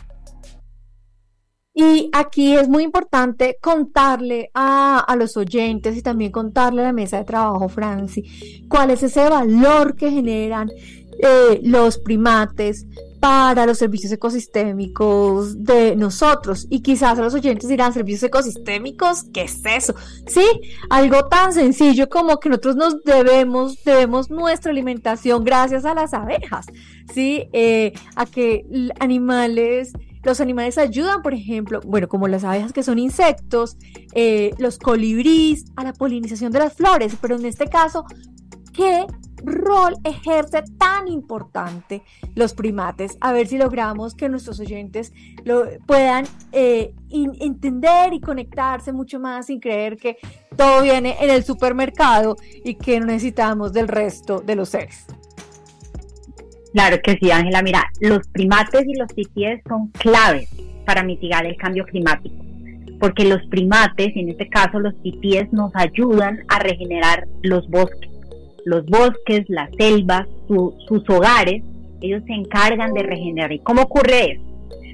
Y aquí es muy importante contarle a, a los oyentes y también contarle a la mesa de trabajo, Franci, cuál es ese valor que generan eh, los primates para los servicios ecosistémicos de nosotros. Y quizás a los oyentes dirán, ¿servicios ecosistémicos? ¿Qué es eso? Sí, algo tan sencillo como que nosotros nos debemos, debemos nuestra alimentación gracias a las abejas, ¿sí? Eh, a que animales... Los animales ayudan, por ejemplo, bueno, como las abejas que son insectos, eh, los colibríes, a la polinización de las flores, pero en este caso, ¿qué rol ejerce tan importante los primates? A ver si logramos que nuestros oyentes lo puedan eh, in, entender y conectarse mucho más sin creer que todo viene en el supermercado y que no necesitamos del resto de los seres. Claro que sí, Ángela. Mira, los primates y los titíes son claves para mitigar el cambio climático, porque los primates, en este caso los titíes, nos ayudan a regenerar los bosques. Los bosques, las selvas, su, sus hogares, ellos se encargan de regenerar. ¿Y cómo ocurre eso?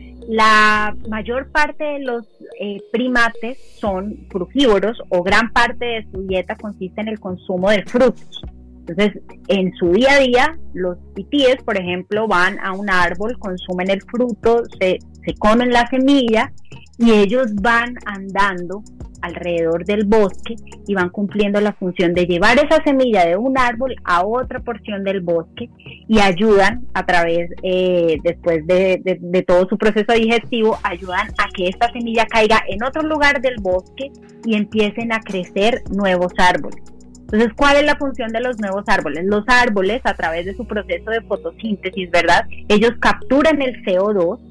La mayor parte de los eh, primates son frugívoros, o gran parte de su dieta consiste en el consumo de frutos. Entonces, en su día a día, los titíes, por ejemplo, van a un árbol, consumen el fruto, se, se comen la semilla y ellos van andando alrededor del bosque y van cumpliendo la función de llevar esa semilla de un árbol a otra porción del bosque y ayudan a través, eh, después de, de, de todo su proceso digestivo, ayudan a que esta semilla caiga en otro lugar del bosque y empiecen a crecer nuevos árboles. Entonces, ¿cuál es la función de los nuevos árboles? Los árboles, a través de su proceso de fotosíntesis, ¿verdad? Ellos capturan el C O dos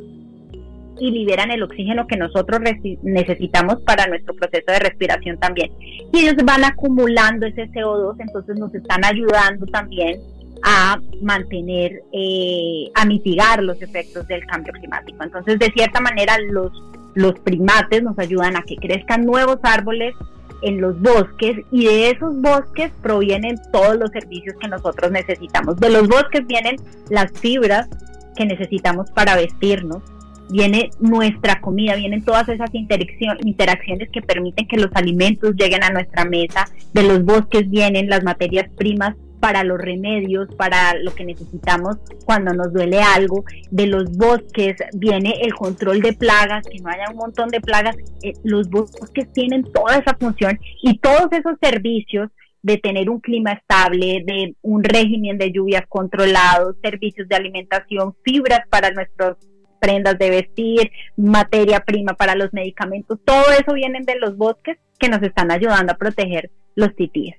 y liberan el oxígeno que nosotros necesitamos para nuestro proceso de respiración también. Y ellos van acumulando ese C O dos, entonces nos están ayudando también a mantener, eh, a mitigar los efectos del cambio climático. Entonces, de cierta manera, los, los primates nos ayudan a que crezcan nuevos árboles en los bosques, y de esos bosques provienen todos los servicios que nosotros necesitamos. De los bosques vienen las fibras que necesitamos para vestirnos, viene nuestra comida, vienen todas esas interacciones que permiten que los alimentos lleguen a nuestra mesa. De los bosques vienen las materias primas para los remedios, para lo que necesitamos cuando nos duele algo. De los bosques viene el control de plagas, que no haya un montón de plagas. Eh, los bosques tienen toda esa función, y todos esos servicios de tener un clima estable, de un régimen de lluvias controlado, servicios de alimentación, fibras para nuestras prendas de vestir, materia prima para los medicamentos, todo eso vienen de los bosques que nos están ayudando a proteger los titíes.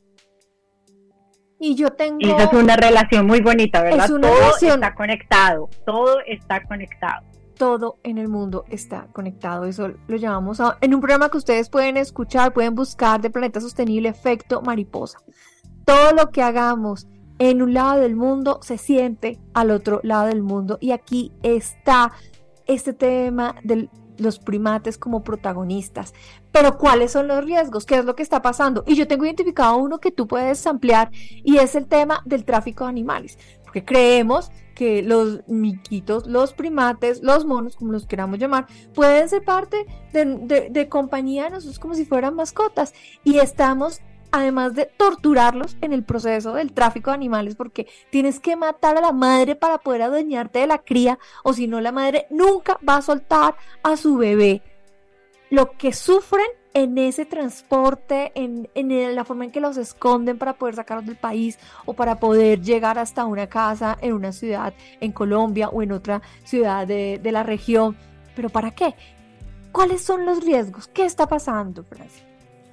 Y yo tengo... Esa es una relación muy bonita, ¿verdad? Es una todo relación... está conectado, todo está conectado. Todo en el mundo está conectado, eso lo llamamos a... en un programa que ustedes pueden escuchar, pueden buscar, de Planeta Sostenible, Efecto Mariposa. Todo lo que hagamos en un lado del mundo se siente al otro lado del mundo, y aquí está este tema del los primates como protagonistas. Pero ¿cuáles son los riesgos? ¿Qué es lo que está pasando? Y yo tengo identificado uno que tú puedes ampliar y es el tema del tráfico de animales. Porque creemos que los miquitos, los primates, los monos, como los queramos llamar, pueden ser parte de, de, de compañía de nosotros como si fueran mascotas. Y estamos, además de torturarlos en el proceso del tráfico de animales, porque tienes que matar a la madre para poder adueñarte de la cría, o si no la madre nunca va a soltar a su bebé. Lo que sufren en ese transporte, en, en la forma en que los esconden para poder sacarlos del país o para poder llegar hasta una casa en una ciudad en Colombia o en otra ciudad de, de la región. ¿Pero para qué? ¿Cuáles son los riesgos? ¿Qué está pasando, Francia?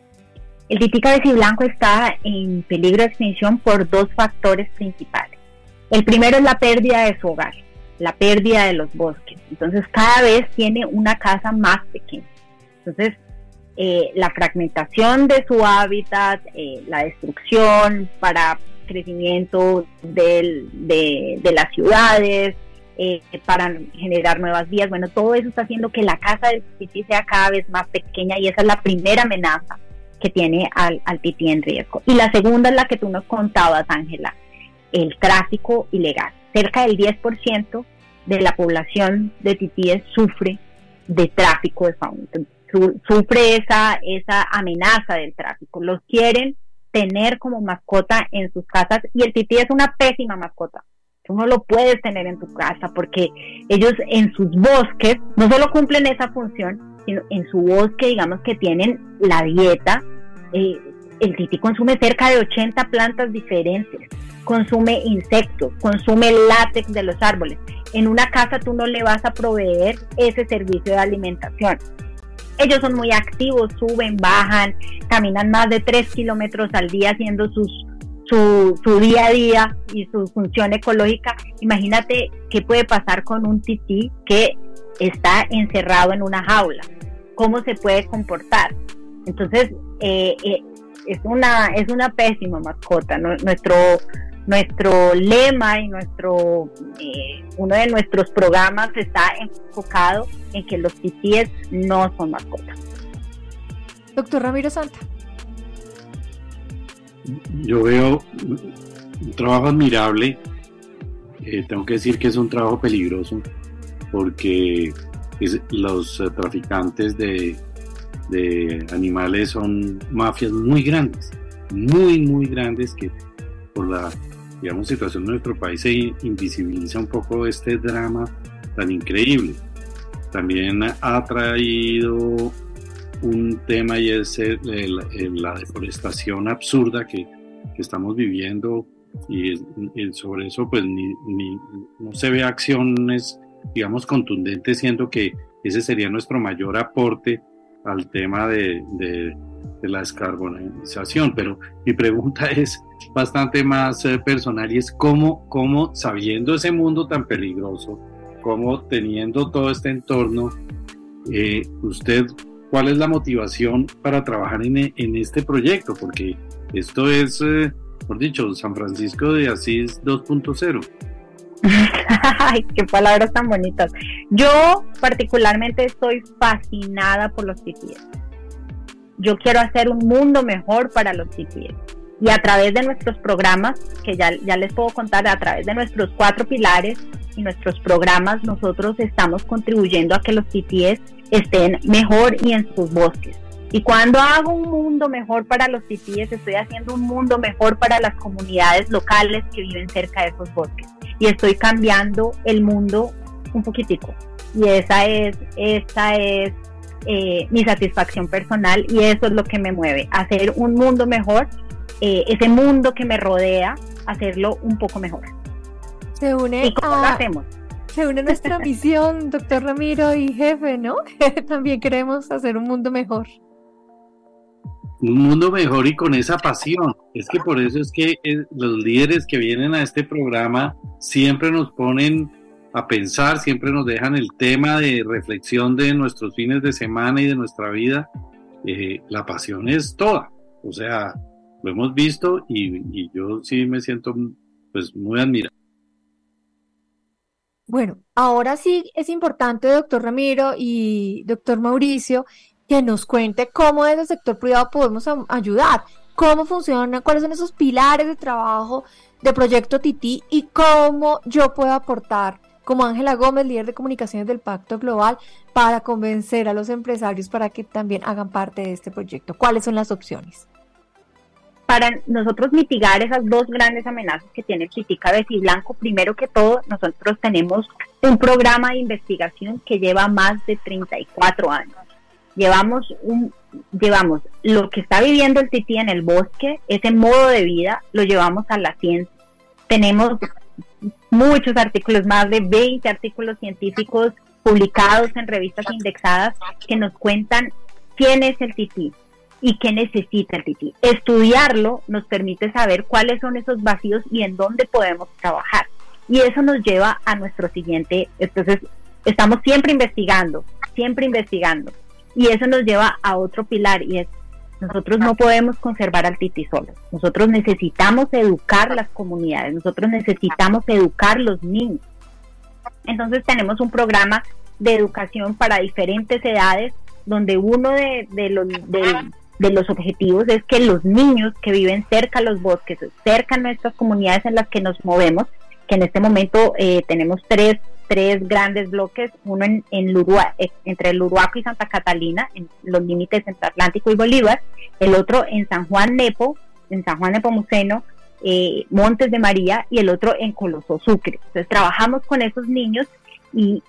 El tití cabeciblanco está en peligro de extinción por dos factores principales. El primero es la pérdida de su hogar, la pérdida de los bosques. Entonces cada vez tiene una casa más pequeña. Entonces eh, la fragmentación de su hábitat, eh, la destrucción para crecimiento del, de, de las ciudades, eh, para generar nuevas vías, bueno, todo eso está haciendo que la casa del tití sea cada vez más pequeña y esa es la primera amenaza que tiene al, al tití en riesgo. Y la segunda es la que tú nos contabas, Ángela, el tráfico ilegal. Cerca del diez por ciento de la población de titíes sufre de tráfico de fauna. Su, sufre esa, esa amenaza del tráfico. Los quieren tener como mascota en sus casas y el tití es una pésima mascota. Tú no lo puedes tener en tu casa porque ellos en sus bosques no solo cumplen esa función, sino en su bosque, digamos que tienen la dieta. Eh, el tití consume cerca de ochenta plantas diferentes, consume insectos, consume látex de los árboles. En una casa tú no le vas a proveer ese servicio de alimentación. Ellos son muy activos, suben, bajan, caminan más de tres kilómetros al día haciendo sus, su, su día a día y su función ecológica. Imagínate qué puede pasar con un tití que está encerrado en una jaula. ¿Cómo se puede comportar? Entonces, eh, eh, es una es una pésima mascota. Nuestro nuestro lema y nuestro eh, uno de nuestros programas está enfocado en que los titíes no son mascotas. Doctor Ramiro Santa. Yo veo un trabajo admirable. Eh, tengo que decir que es un trabajo peligroso porque es, los uh, traficantes de de animales son mafias muy grandes, muy muy grandes que por la digamos situación de nuestro país se invisibiliza un poco este drama tan increíble. También ha traído un tema y es el, el, el, la deforestación absurda que, que estamos viviendo y, y sobre eso pues ni, ni, no se ve acciones digamos contundentes, siendo que ese sería nuestro mayor aporte al tema de, de, de la descarbonización. Pero mi pregunta es bastante más eh, personal y es cómo, cómo, sabiendo ese mundo tan peligroso, cómo teniendo todo este entorno, eh, usted, ¿cuál es la motivación para trabajar en, en este proyecto? Porque esto es, eh, por dicho, San Francisco de Asís dos punto cero. Ay, qué palabras tan bonitas. Yo particularmente estoy fascinada por los titíes. Yo quiero hacer un mundo mejor para los titíes. Y a través de nuestros programas, que ya, ya les puedo contar, a través de nuestros cuatro pilares y nuestros programas, nosotros estamos contribuyendo a que los titíes estén mejor y en sus bosques. Y cuando hago un mundo mejor para los titíes, estoy haciendo un mundo mejor para las comunidades locales que viven cerca de esos bosques. Y estoy cambiando el mundo un poquitico. Y esa es, esa es eh, mi satisfacción personal y eso es lo que me mueve, hacer un mundo mejor, eh, ese mundo que me rodea, hacerlo un poco mejor. Se une ¿Y cómo a... lo hacemos? Se une nuestra misión, doctor Ramiro y jefe, ¿no? También queremos hacer un mundo mejor. Un mundo mejor y con esa pasión. Es que por eso es que eh, los líderes que vienen a este programa siempre nos ponen a pensar, siempre nos dejan el tema de reflexión de nuestros fines de semana y de nuestra vida. Eh, la pasión es toda, o sea, lo hemos visto y, y yo sí me siento pues muy admirado. Bueno, ahora sí es importante, doctor Ramiro y doctor Mauricio, que nos cuente cómo desde el sector privado podemos a- ayudar, cómo funciona, cuáles son esos pilares de trabajo de Proyecto Tití y cómo yo puedo aportar como Ángela Gómez, líder de comunicaciones del Pacto Global, para convencer a los empresarios para que también hagan parte de este proyecto. ¿Cuáles son las opciones? Para nosotros mitigar esas dos grandes amenazas que tiene el Tití Cabeza y Blanco, primero que todo, nosotros tenemos un programa de investigación que lleva más de treinta y cuatro años. Llevamos un, llevamos lo que está viviendo el tití en el bosque, ese modo de vida, lo llevamos a la ciencia. Tenemos muchos artículos, más de veinte artículos científicos publicados en revistas indexadas que nos cuentan quién es el tití y qué necesita el tití. Estudiarlo nos permite saber cuáles son esos vacíos y en dónde podemos trabajar. Y eso nos lleva a nuestro siguiente, entonces estamos siempre investigando, siempre investigando. Y eso nos lleva a otro pilar, y es, nosotros no podemos conservar al tití solo. Nosotros necesitamos educar las comunidades, nosotros necesitamos educar los niños. Entonces tenemos un programa de educación para diferentes edades, donde uno de, de, los, de, de los objetivos es que los niños que viven cerca a los bosques, cerca a nuestras comunidades en las que nos movemos, que en este momento eh, tenemos tres tres grandes bloques, uno en, en Lurua, entre Luruaco y Santa Catalina, en los límites entre Atlántico y Bolívar, el otro en San Juan Nepo, en San Juan Nepomuceno, eh, Montes de María, y el otro en Coloso Sucre. Entonces trabajamos con esos niños y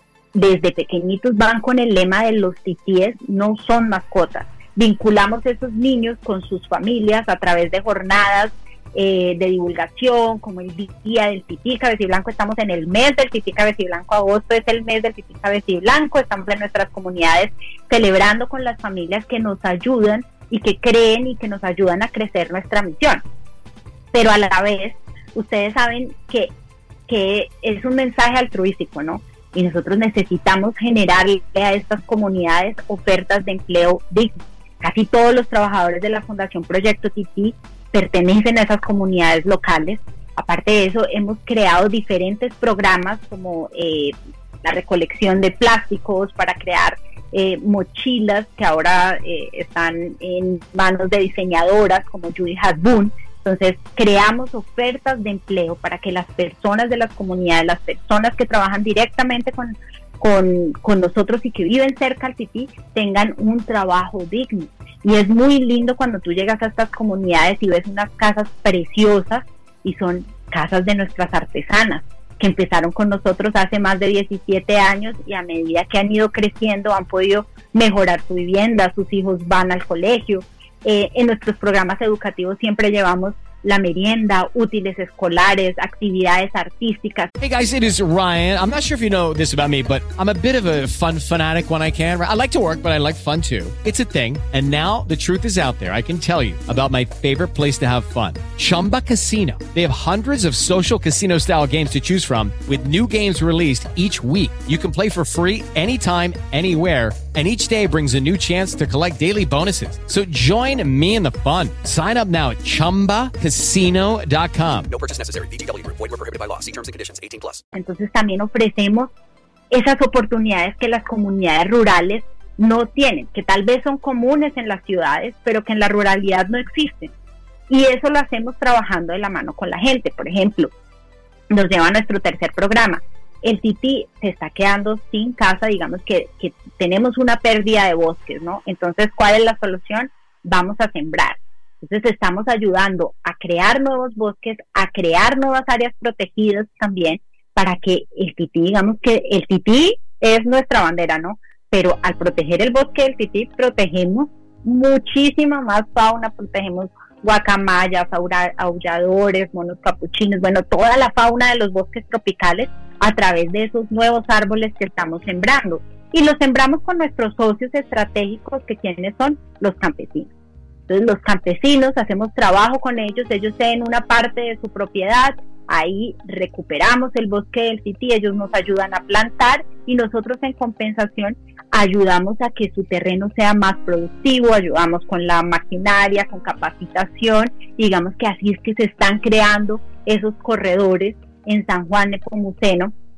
desde pequeñitos van con el lema de los titíes no son mascotas. Vinculamos a esos niños con sus familias a través de jornadas Eh, de divulgación, como el día del tití cabeza y blanco. Estamos en el mes del tití cabeza y blanco, agosto es el mes del tití cabeza y blanco, estamos en nuestras comunidades celebrando con las familias que nos ayudan y que creen y que nos ayudan a crecer nuestra misión. Pero a la vez, ustedes saben que, que es un mensaje altruístico, ¿no? Y nosotros necesitamos generarle a estas comunidades ofertas de empleo digno. Casi todos los trabajadores de la Fundación Proyecto Tití pertenecen a esas comunidades locales. Aparte de eso, hemos creado diferentes programas como eh, la recolección de plásticos para crear eh, mochilas que ahora eh, están en manos de diseñadoras como Judy Hasbun. Entonces, creamos ofertas de empleo para que las personas de las comunidades, las personas que trabajan directamente con, con, con nosotros y que viven cerca al tití, tengan un trabajo digno. Y es muy lindo cuando tú llegas a estas comunidades y ves unas casas preciosas, y son casas de nuestras artesanas que empezaron con nosotros hace más de diecisiete años, y a medida que han ido creciendo han podido mejorar su vivienda, sus hijos van al colegio. Eh, en nuestros programas educativos siempre llevamos la merienda, útiles escolares, actividades artísticas. Hey guys, it is Ryan. I'm not sure if you know this about me, but I'm a bit of a fun fanatic when I can. I like to work, but I like fun too. It's a thing. And now the truth is out there. I can tell you about my favorite place to have fun. Chumba Casino. They have hundreds of social casino style games to choose from, with new games released each week. You can play for free anytime, anywhere, and each day brings a new chance to collect daily bonuses. So join me in the fun. Sign up now at chumba casino dot com. No purchase necessary. V G W Group. Void where prohibited by law. See terms and conditions. eighteen plus. Entonces también ofrecemos esas oportunidades que las comunidades rurales no tienen, que tal vez son comunes en las ciudades, pero que en la ruralidad no existen. Y eso lo hacemos trabajando de la mano con la gente. Por ejemplo, nos lleva a nuestro tercer programa. El tití se está quedando sin casa, digamos que, que tenemos una pérdida de bosques, ¿no? Entonces, ¿cuál es la solución? Vamos a sembrar. Entonces, estamos ayudando a crear nuevos bosques, a crear nuevas áreas protegidas también, para que el tití, digamos que el tití es nuestra bandera, ¿no? Pero al proteger el bosque del tití, protegemos muchísima más fauna, protegemos guacamayas, aulladores, monos capuchinos, bueno, toda la fauna de los bosques tropicales a través de esos nuevos árboles que estamos sembrando. Y los sembramos con nuestros socios estratégicos, que quienes son los campesinos. Entonces los campesinos, hacemos trabajo con ellos, ellos ceden una parte de su propiedad, ahí recuperamos el bosque del tití, ellos nos ayudan a plantar y nosotros en compensación ayudamos a que su terreno sea más productivo, ayudamos con la maquinaria, con capacitación, digamos que así es que se están creando esos corredores en San Juan Nepomuceno,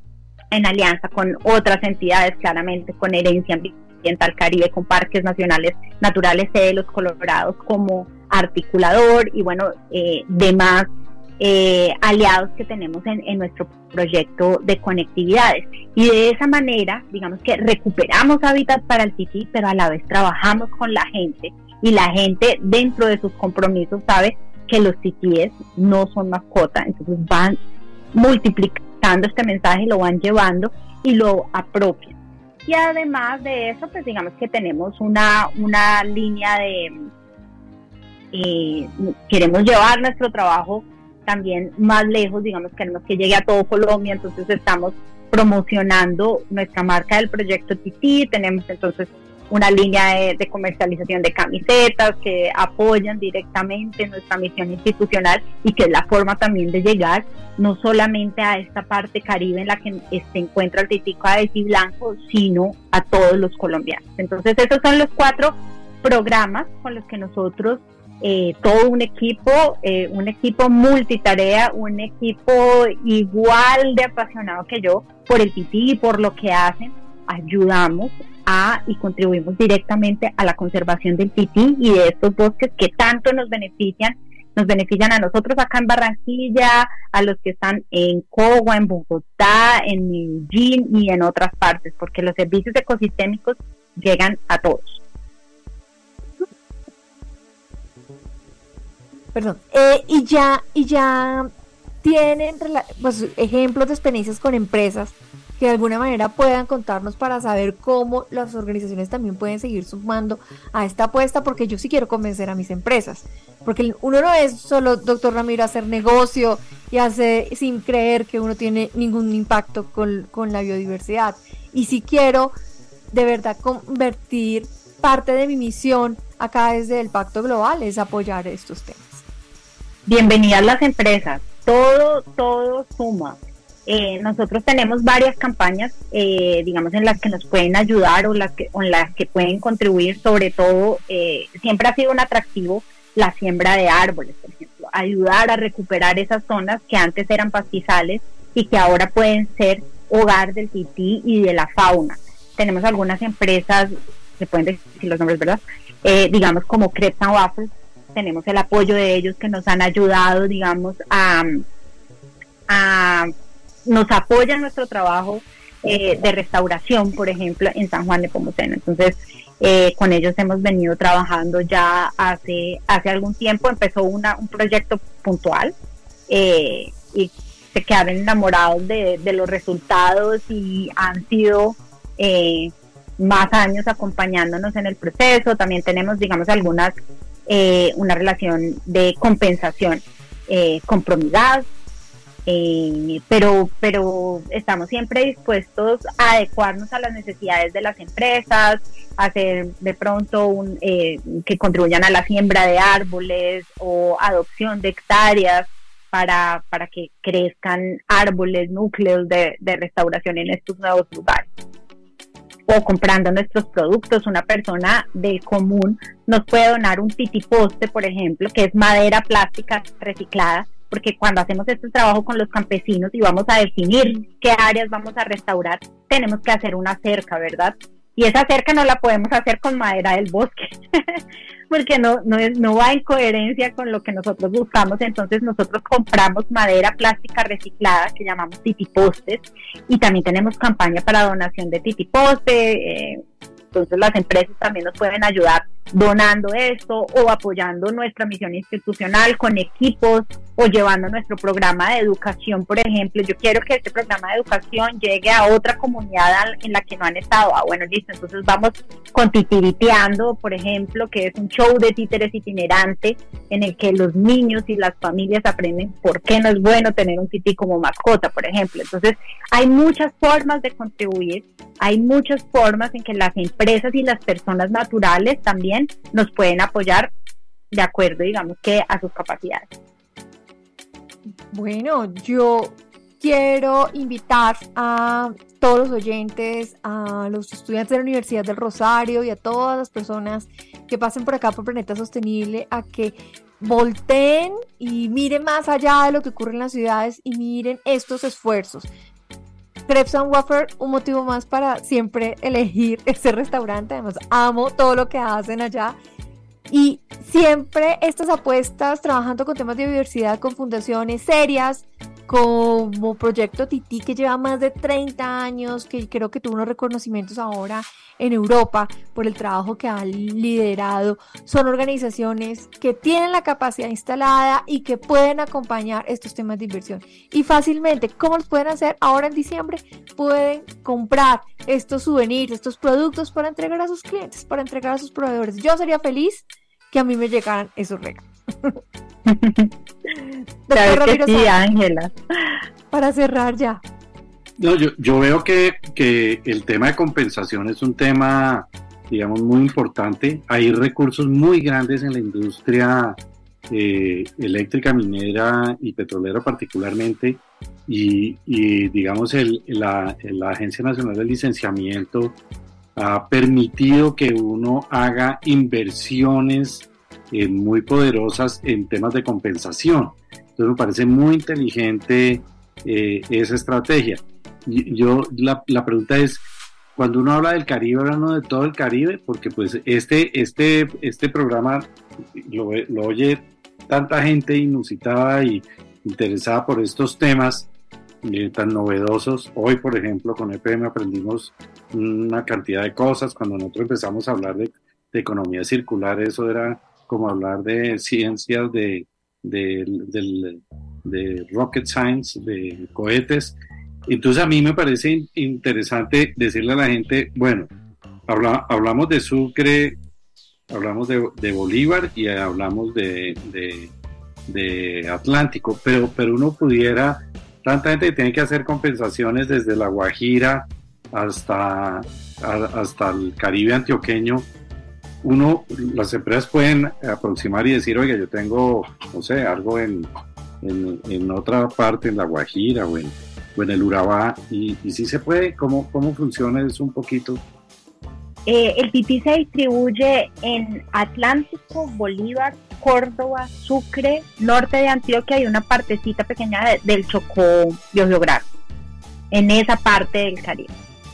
en alianza con otras entidades, claramente con Herencia Ambiental Caribe, con Parques Nacionales Naturales de los Colorados como articulador y bueno, eh, demás eh, aliados que tenemos en, en nuestro proyecto de conectividades. Y de esa manera, digamos que recuperamos hábitat para el tití, pero a la vez trabajamos con la gente y la gente dentro de sus compromisos sabe que los titíes no son mascota, entonces van multiplicando este mensaje, lo van llevando y lo apropian. Y además de eso, pues digamos que tenemos una, una línea de, eh, queremos llevar nuestro trabajo también más lejos, digamos, queremos que llegue a todo Colombia, entonces estamos promocionando nuestra marca del proyecto Tití, tenemos entonces una línea de, de comercialización de camisetas que apoyan directamente nuestra misión institucional y que es la forma también de llegar no solamente a esta parte caribe en la que se encuentra el tití cabeza blanco, sino a todos los colombianos. Entonces esos son los cuatro programas con los que nosotros, eh, todo un equipo, eh, un equipo multitarea, un equipo igual de apasionado que yo por el tití y por lo que hacen, ayudamos a y contribuimos directamente a la conservación del tití y de estos bosques que tanto nos benefician, nos benefician a nosotros acá en Barranquilla, a los que están en Cogua, en Bogotá, en Medellín y en otras partes, porque los servicios ecosistémicos llegan a todos. Perdón, eh, y ya, y ya tienen pues, ejemplos de experiencias con empresas que de alguna manera puedan contarnos para saber cómo las organizaciones también pueden seguir sumando a esta apuesta, porque yo sí quiero convencer a mis empresas, porque uno no es solo, doctor Ramiro, hacer negocio y hacer sin creer que uno tiene ningún impacto con, con la biodiversidad, y si quiero de verdad convertir parte de mi misión acá desde el Pacto Global es apoyar estos temas. Bienvenidas las empresas, todo, todo suma. Eh, nosotros tenemos varias campañas, eh, digamos, en las que nos pueden ayudar o, las que, o en las que pueden contribuir, sobre todo, eh, siempre ha sido un atractivo la siembra de árboles, por ejemplo, ayudar a recuperar esas zonas que antes eran pastizales y que ahora pueden ser hogar del tití y de la fauna. Tenemos algunas empresas, se pueden decir los nombres, ¿verdad? Eh, digamos, como Crepes and Waffles, tenemos el apoyo de ellos que nos han ayudado, digamos, a... a nos apoya en nuestro trabajo eh, de restauración, por ejemplo, en San Juan de Pomoceno. Entonces, eh, con ellos hemos venido trabajando ya hace hace algún tiempo. Empezó una, un proyecto puntual eh, y se quedaron enamorados de, de los resultados y han sido eh, más años acompañándonos en el proceso. También tenemos, digamos, algunas, eh, una relación de compensación eh, con Promigaz. Eh, pero pero estamos siempre dispuestos a adecuarnos a las necesidades de las empresas, hacer de pronto un, eh, que contribuyan a la siembra de árboles o adopción de hectáreas para, para que crezcan árboles, núcleos de, de restauración en estos nuevos lugares. O comprando nuestros productos, una persona del común nos puede donar un titiposte, por ejemplo, que es madera plástica reciclada, porque cuando hacemos este trabajo con los campesinos y vamos a definir qué áreas vamos a restaurar, tenemos que hacer una cerca, ¿verdad? Y esa cerca no la podemos hacer con madera del bosque, porque no, no, es, no va en coherencia con lo que nosotros buscamos. Entonces nosotros compramos madera plástica reciclada, que llamamos titipostes, y también tenemos campaña para donación de titiposte. eh, Entonces las empresas también nos pueden ayudar donando esto o apoyando nuestra misión institucional con equipos o llevando nuestro programa de educación, por ejemplo. Yo quiero que este programa de educación llegue a otra comunidad en la que no han estado. Ah, bueno, listo, entonces vamos con Titiriteando, por ejemplo, que es un show de títeres itinerante en el que los niños y las familias aprenden por qué no es bueno tener un tití como mascota, por ejemplo. Entonces hay muchas formas de contribuir, hay muchas formas en que las empresas y las personas naturales también nos pueden apoyar de acuerdo, digamos, que a sus capacidades. Bueno, yo quiero invitar a todos los oyentes, a los estudiantes de la Universidad del Rosario y a todas las personas que pasen por acá por Planeta Sostenible a que volteen y miren más allá de lo que ocurre en las ciudades y miren estos esfuerzos. Crepes and Waffle, un motivo más para siempre elegir ese restaurante. Además, amo todo lo que hacen allá. Y siempre estas apuestas, trabajando con temas de biodiversidad, con fundaciones serias, como Proyecto Tití, que lleva más de treinta años, que creo que tuvo unos reconocimientos ahora en Europa por el trabajo que ha liderado. Son organizaciones que tienen la capacidad instalada y que pueden acompañar estos temas de inversión. Y fácilmente, ¿cómo los pueden hacer? Ahora en diciembre pueden comprar estos souvenirs, estos productos para entregar a sus clientes, para entregar a sus proveedores. Yo sería feliz que a mí me llegaran esos regalos. Claro que sí, Ángela. Para cerrar ya. No, yo, yo veo que, que el tema de compensación es un tema, digamos, muy importante. Hay recursos muy grandes en la industria eh, eléctrica, minera y petrolera particularmente, y, y digamos, el, la, la Agencia Nacional de Licenciamiento ha permitido que uno haga inversiones eh, muy poderosas en temas de compensación. Entonces me parece muy inteligente eh, esa estrategia. Y, yo la, la pregunta es, cuando uno habla del Caribe, habla uno de todo el Caribe, porque pues este, este, este programa lo, lo oye tanta gente inusitada y interesada por estos temas eh, tan novedosos. Hoy, por ejemplo, con E P M aprendimos una cantidad de cosas. Cuando nosotros empezamos a hablar de, de economía circular, eso era como hablar de ciencias de, de, de, de rocket science, de cohetes. Entonces a mí me parece interesante decirle a la gente, bueno, habla, hablamos de Sucre, hablamos de, de Bolívar y hablamos de, de, de Atlántico, pero, pero uno pudiera, tanta gente que tiene que hacer compensaciones desde La Guajira hasta, a, hasta el Caribe antioqueño. Uno, las empresas pueden aproximar y decir, oiga, yo tengo, no sé, algo en, en, en otra parte, en La Guajira o en, o en el Urabá, y, y si se puede. ¿Cómo, cómo funciona eso un poquito? Eh, el Tití se distribuye en Atlántico, Bolívar, Córdoba, Sucre, norte de Antioquia y una partecita pequeña de, del Chocó biogeográfico, en esa parte del Caribe.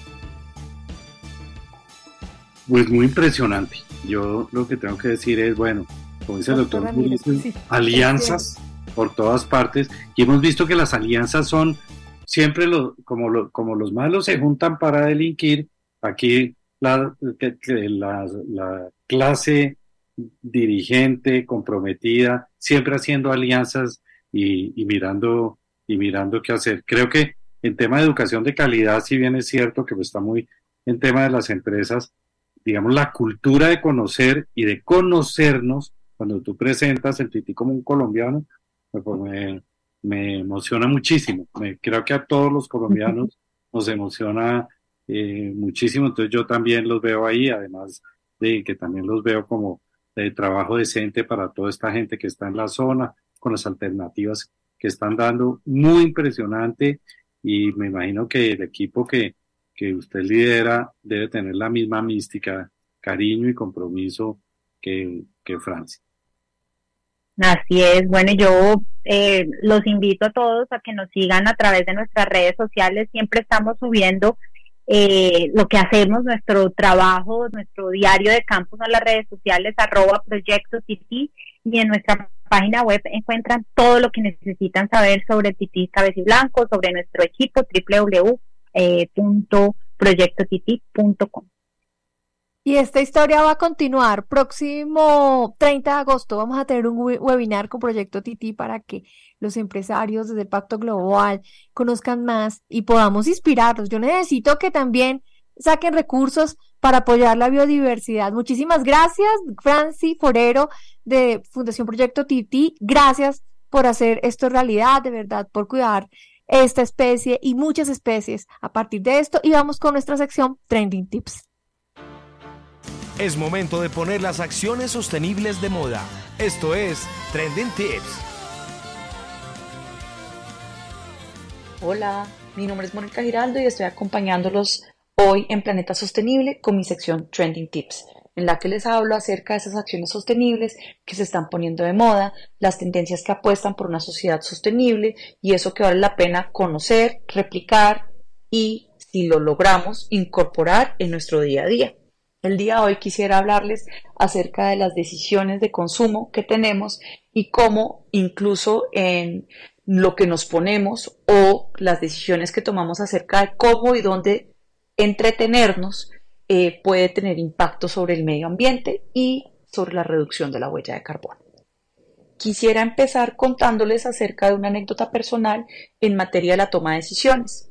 Pues muy impresionante. Yo lo que tengo que decir es, bueno, como dice el doctor, doctor sí, alianzas por todas partes, y hemos visto que las alianzas son siempre lo, como, lo, como los malos se juntan para delinquir. Aquí la, la, la clase dirigente comprometida, siempre haciendo alianzas y, y mirando y mirando qué hacer. Creo que en tema de educación de calidad, si bien es cierto que pues está muy en tema de las empresas, digamos, la cultura de conocer y de conocernos, cuando tú presentas el Tití como un colombiano, me, me emociona muchísimo. Me, creo que a todos los colombianos nos emociona eh, muchísimo. Entonces yo también los veo ahí, además de que también los veo como de trabajo decente para toda esta gente que está en la zona, con las alternativas que están dando. Muy impresionante, y me imagino que el equipo que que usted lidera debe tener la misma mística, cariño y compromiso que, que Francia. Así es. Bueno, yo eh, los invito a todos a que nos sigan a través de nuestras redes sociales. Siempre estamos subiendo eh, lo que hacemos, nuestro trabajo, nuestro diario de campo en las redes sociales, arroba Proyecto Tití, y en nuestra página web encuentran todo lo que necesitan saber sobre Tití Cabeciblanco, sobre nuestro equipo, doble u doble u doble u punto proyecto tití punto com. Y esta historia va a continuar. Próximo treinta de agosto vamos a tener un webinar con Proyecto Tití para que los empresarios desde el Pacto Global conozcan más y podamos inspirarlos. Yo necesito que también saquen recursos para apoyar la biodiversidad. Muchísimas gracias, Franci Forero de Fundación Proyecto Tití. Gracias por hacer esto realidad, de verdad, por cuidar esta especie y muchas especies a partir de esto. Y vamos con nuestra sección Trending Tips. Es momento de poner las acciones sostenibles de moda. Esto es Trending Tips. Hola, mi nombre es Mónica Giraldo y estoy acompañándolos hoy en Planeta Sostenible con mi sección Trending Tips, en la que les hablo acerca de esas acciones sostenibles que se están poniendo de moda, las tendencias que apuestan por una sociedad sostenible y eso que vale la pena conocer, replicar y, si lo logramos, incorporar en nuestro día a día. El día de hoy quisiera hablarles acerca de las decisiones de consumo que tenemos y cómo incluso en lo que nos ponemos o las decisiones que tomamos acerca de cómo y dónde entretenernos eh, puede tener impacto sobre el medio ambiente y sobre la reducción de la huella de carbono. Quisiera empezar contándoles acerca de una anécdota personal en materia de la toma de decisiones.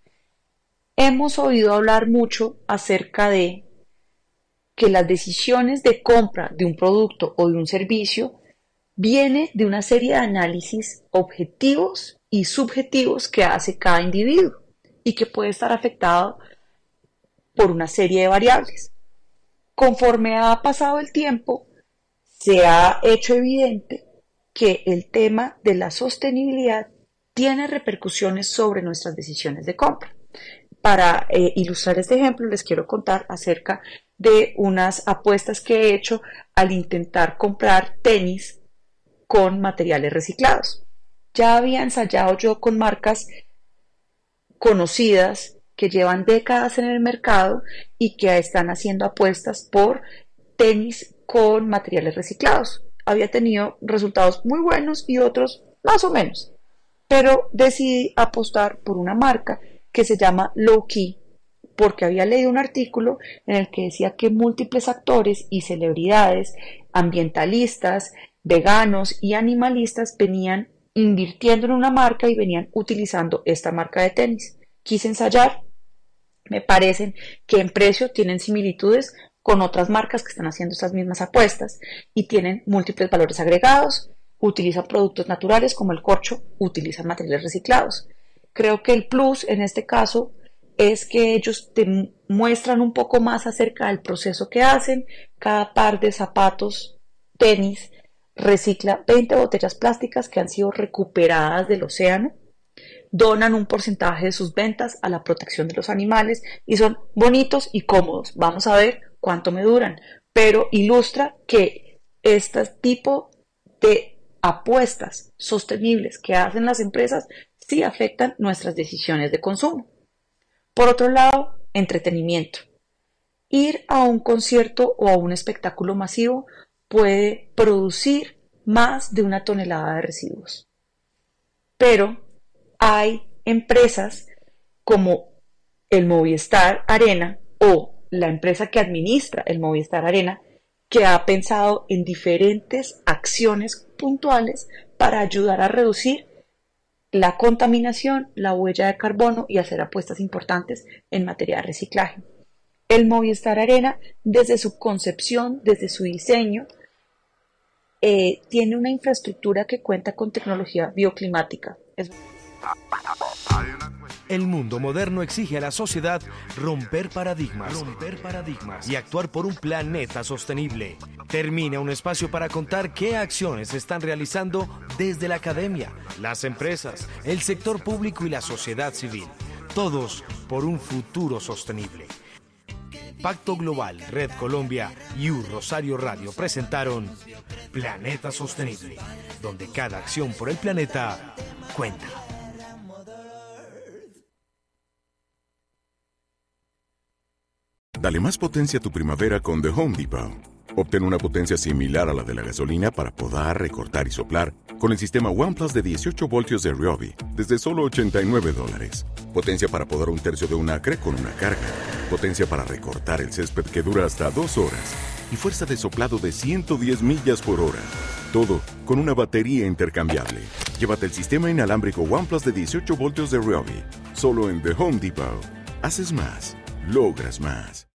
Hemos oído hablar mucho acerca de que las decisiones de compra de un producto o de un servicio viene de una serie de análisis objetivos y subjetivos que hace cada individuo y que puede estar afectado por una serie de variables. Conforme ha pasado el tiempo, se ha hecho evidente que el tema de la sostenibilidad tiene repercusiones sobre nuestras decisiones de compra. Para eh, ilustrar este ejemplo, les quiero contar acerca de unas apuestas que he hecho al intentar comprar tenis con materiales reciclados. Ya había ensayado yo con marcas conocidas que llevan décadas en el mercado y que están haciendo apuestas por tenis con materiales reciclados. Había tenido resultados muy buenos y otros más o menos, pero decidí apostar por una marca que se llama Low Key, porque había leído un artículo en el que decía que múltiples actores y celebridades, ambientalistas, veganos y animalistas venían invirtiendo en una marca y venían utilizando esta marca de tenis. Quise ensayar, me parecen que en precio tienen similitudes con otras marcas que están haciendo estas mismas apuestas y tienen múltiples valores agregados, utilizan productos naturales como el corcho, utilizan materiales reciclados. Creo que el plus en este caso es que ellos te muestran un poco más acerca del proceso que hacen. Cada par de zapatos, tenis, recicla veinte botellas plásticas que han sido recuperadas del océano, donan un porcentaje de sus ventas a la protección de los animales y son bonitos y cómodos. Vamos a ver cuánto me duran, pero ilustra que este tipo de apuestas sostenibles que hacen las empresas sí afectan nuestras decisiones de consumo. Por otro lado, entretenimiento. Ir a un concierto o a un espectáculo masivo puede producir más de una tonelada de residuos. Pero hay empresas como el Movistar Arena o la empresa que administra el Movistar Arena que ha pensado en diferentes acciones puntuales para ayudar a reducir la contaminación, la huella de carbono y hacer apuestas importantes en materia de reciclaje. El Movistar Arena, desde su concepción, desde su diseño, eh, tiene una infraestructura que cuenta con tecnología bioclimática. Es... El mundo moderno exige a la sociedad romper paradigmas, romper paradigmas y actuar por un planeta sostenible. Termina un espacio para contar qué acciones se están realizando desde la academia, las empresas, el sector público y la sociedad civil. Todos por un futuro sostenible. Pacto Global, Red Colombia y U Rosario Radio presentaron Planeta Sostenible, donde cada acción por el planeta cuenta. Dale más potencia a tu primavera con The Home Depot. Obtén una potencia similar a la de la gasolina para podar, recortar y soplar con el sistema OnePlus de dieciocho voltios de Ryobi desde solo ochenta y nueve dólares. Potencia para podar un tercio de un acre con una carga. Potencia para recortar el césped que dura hasta dos horas. Y fuerza de soplado de ciento diez millas por hora. Todo con una batería intercambiable. Llévate el sistema inalámbrico OnePlus de dieciocho voltios de Ryobi. Solo en The Home Depot. Haces más. Logras más.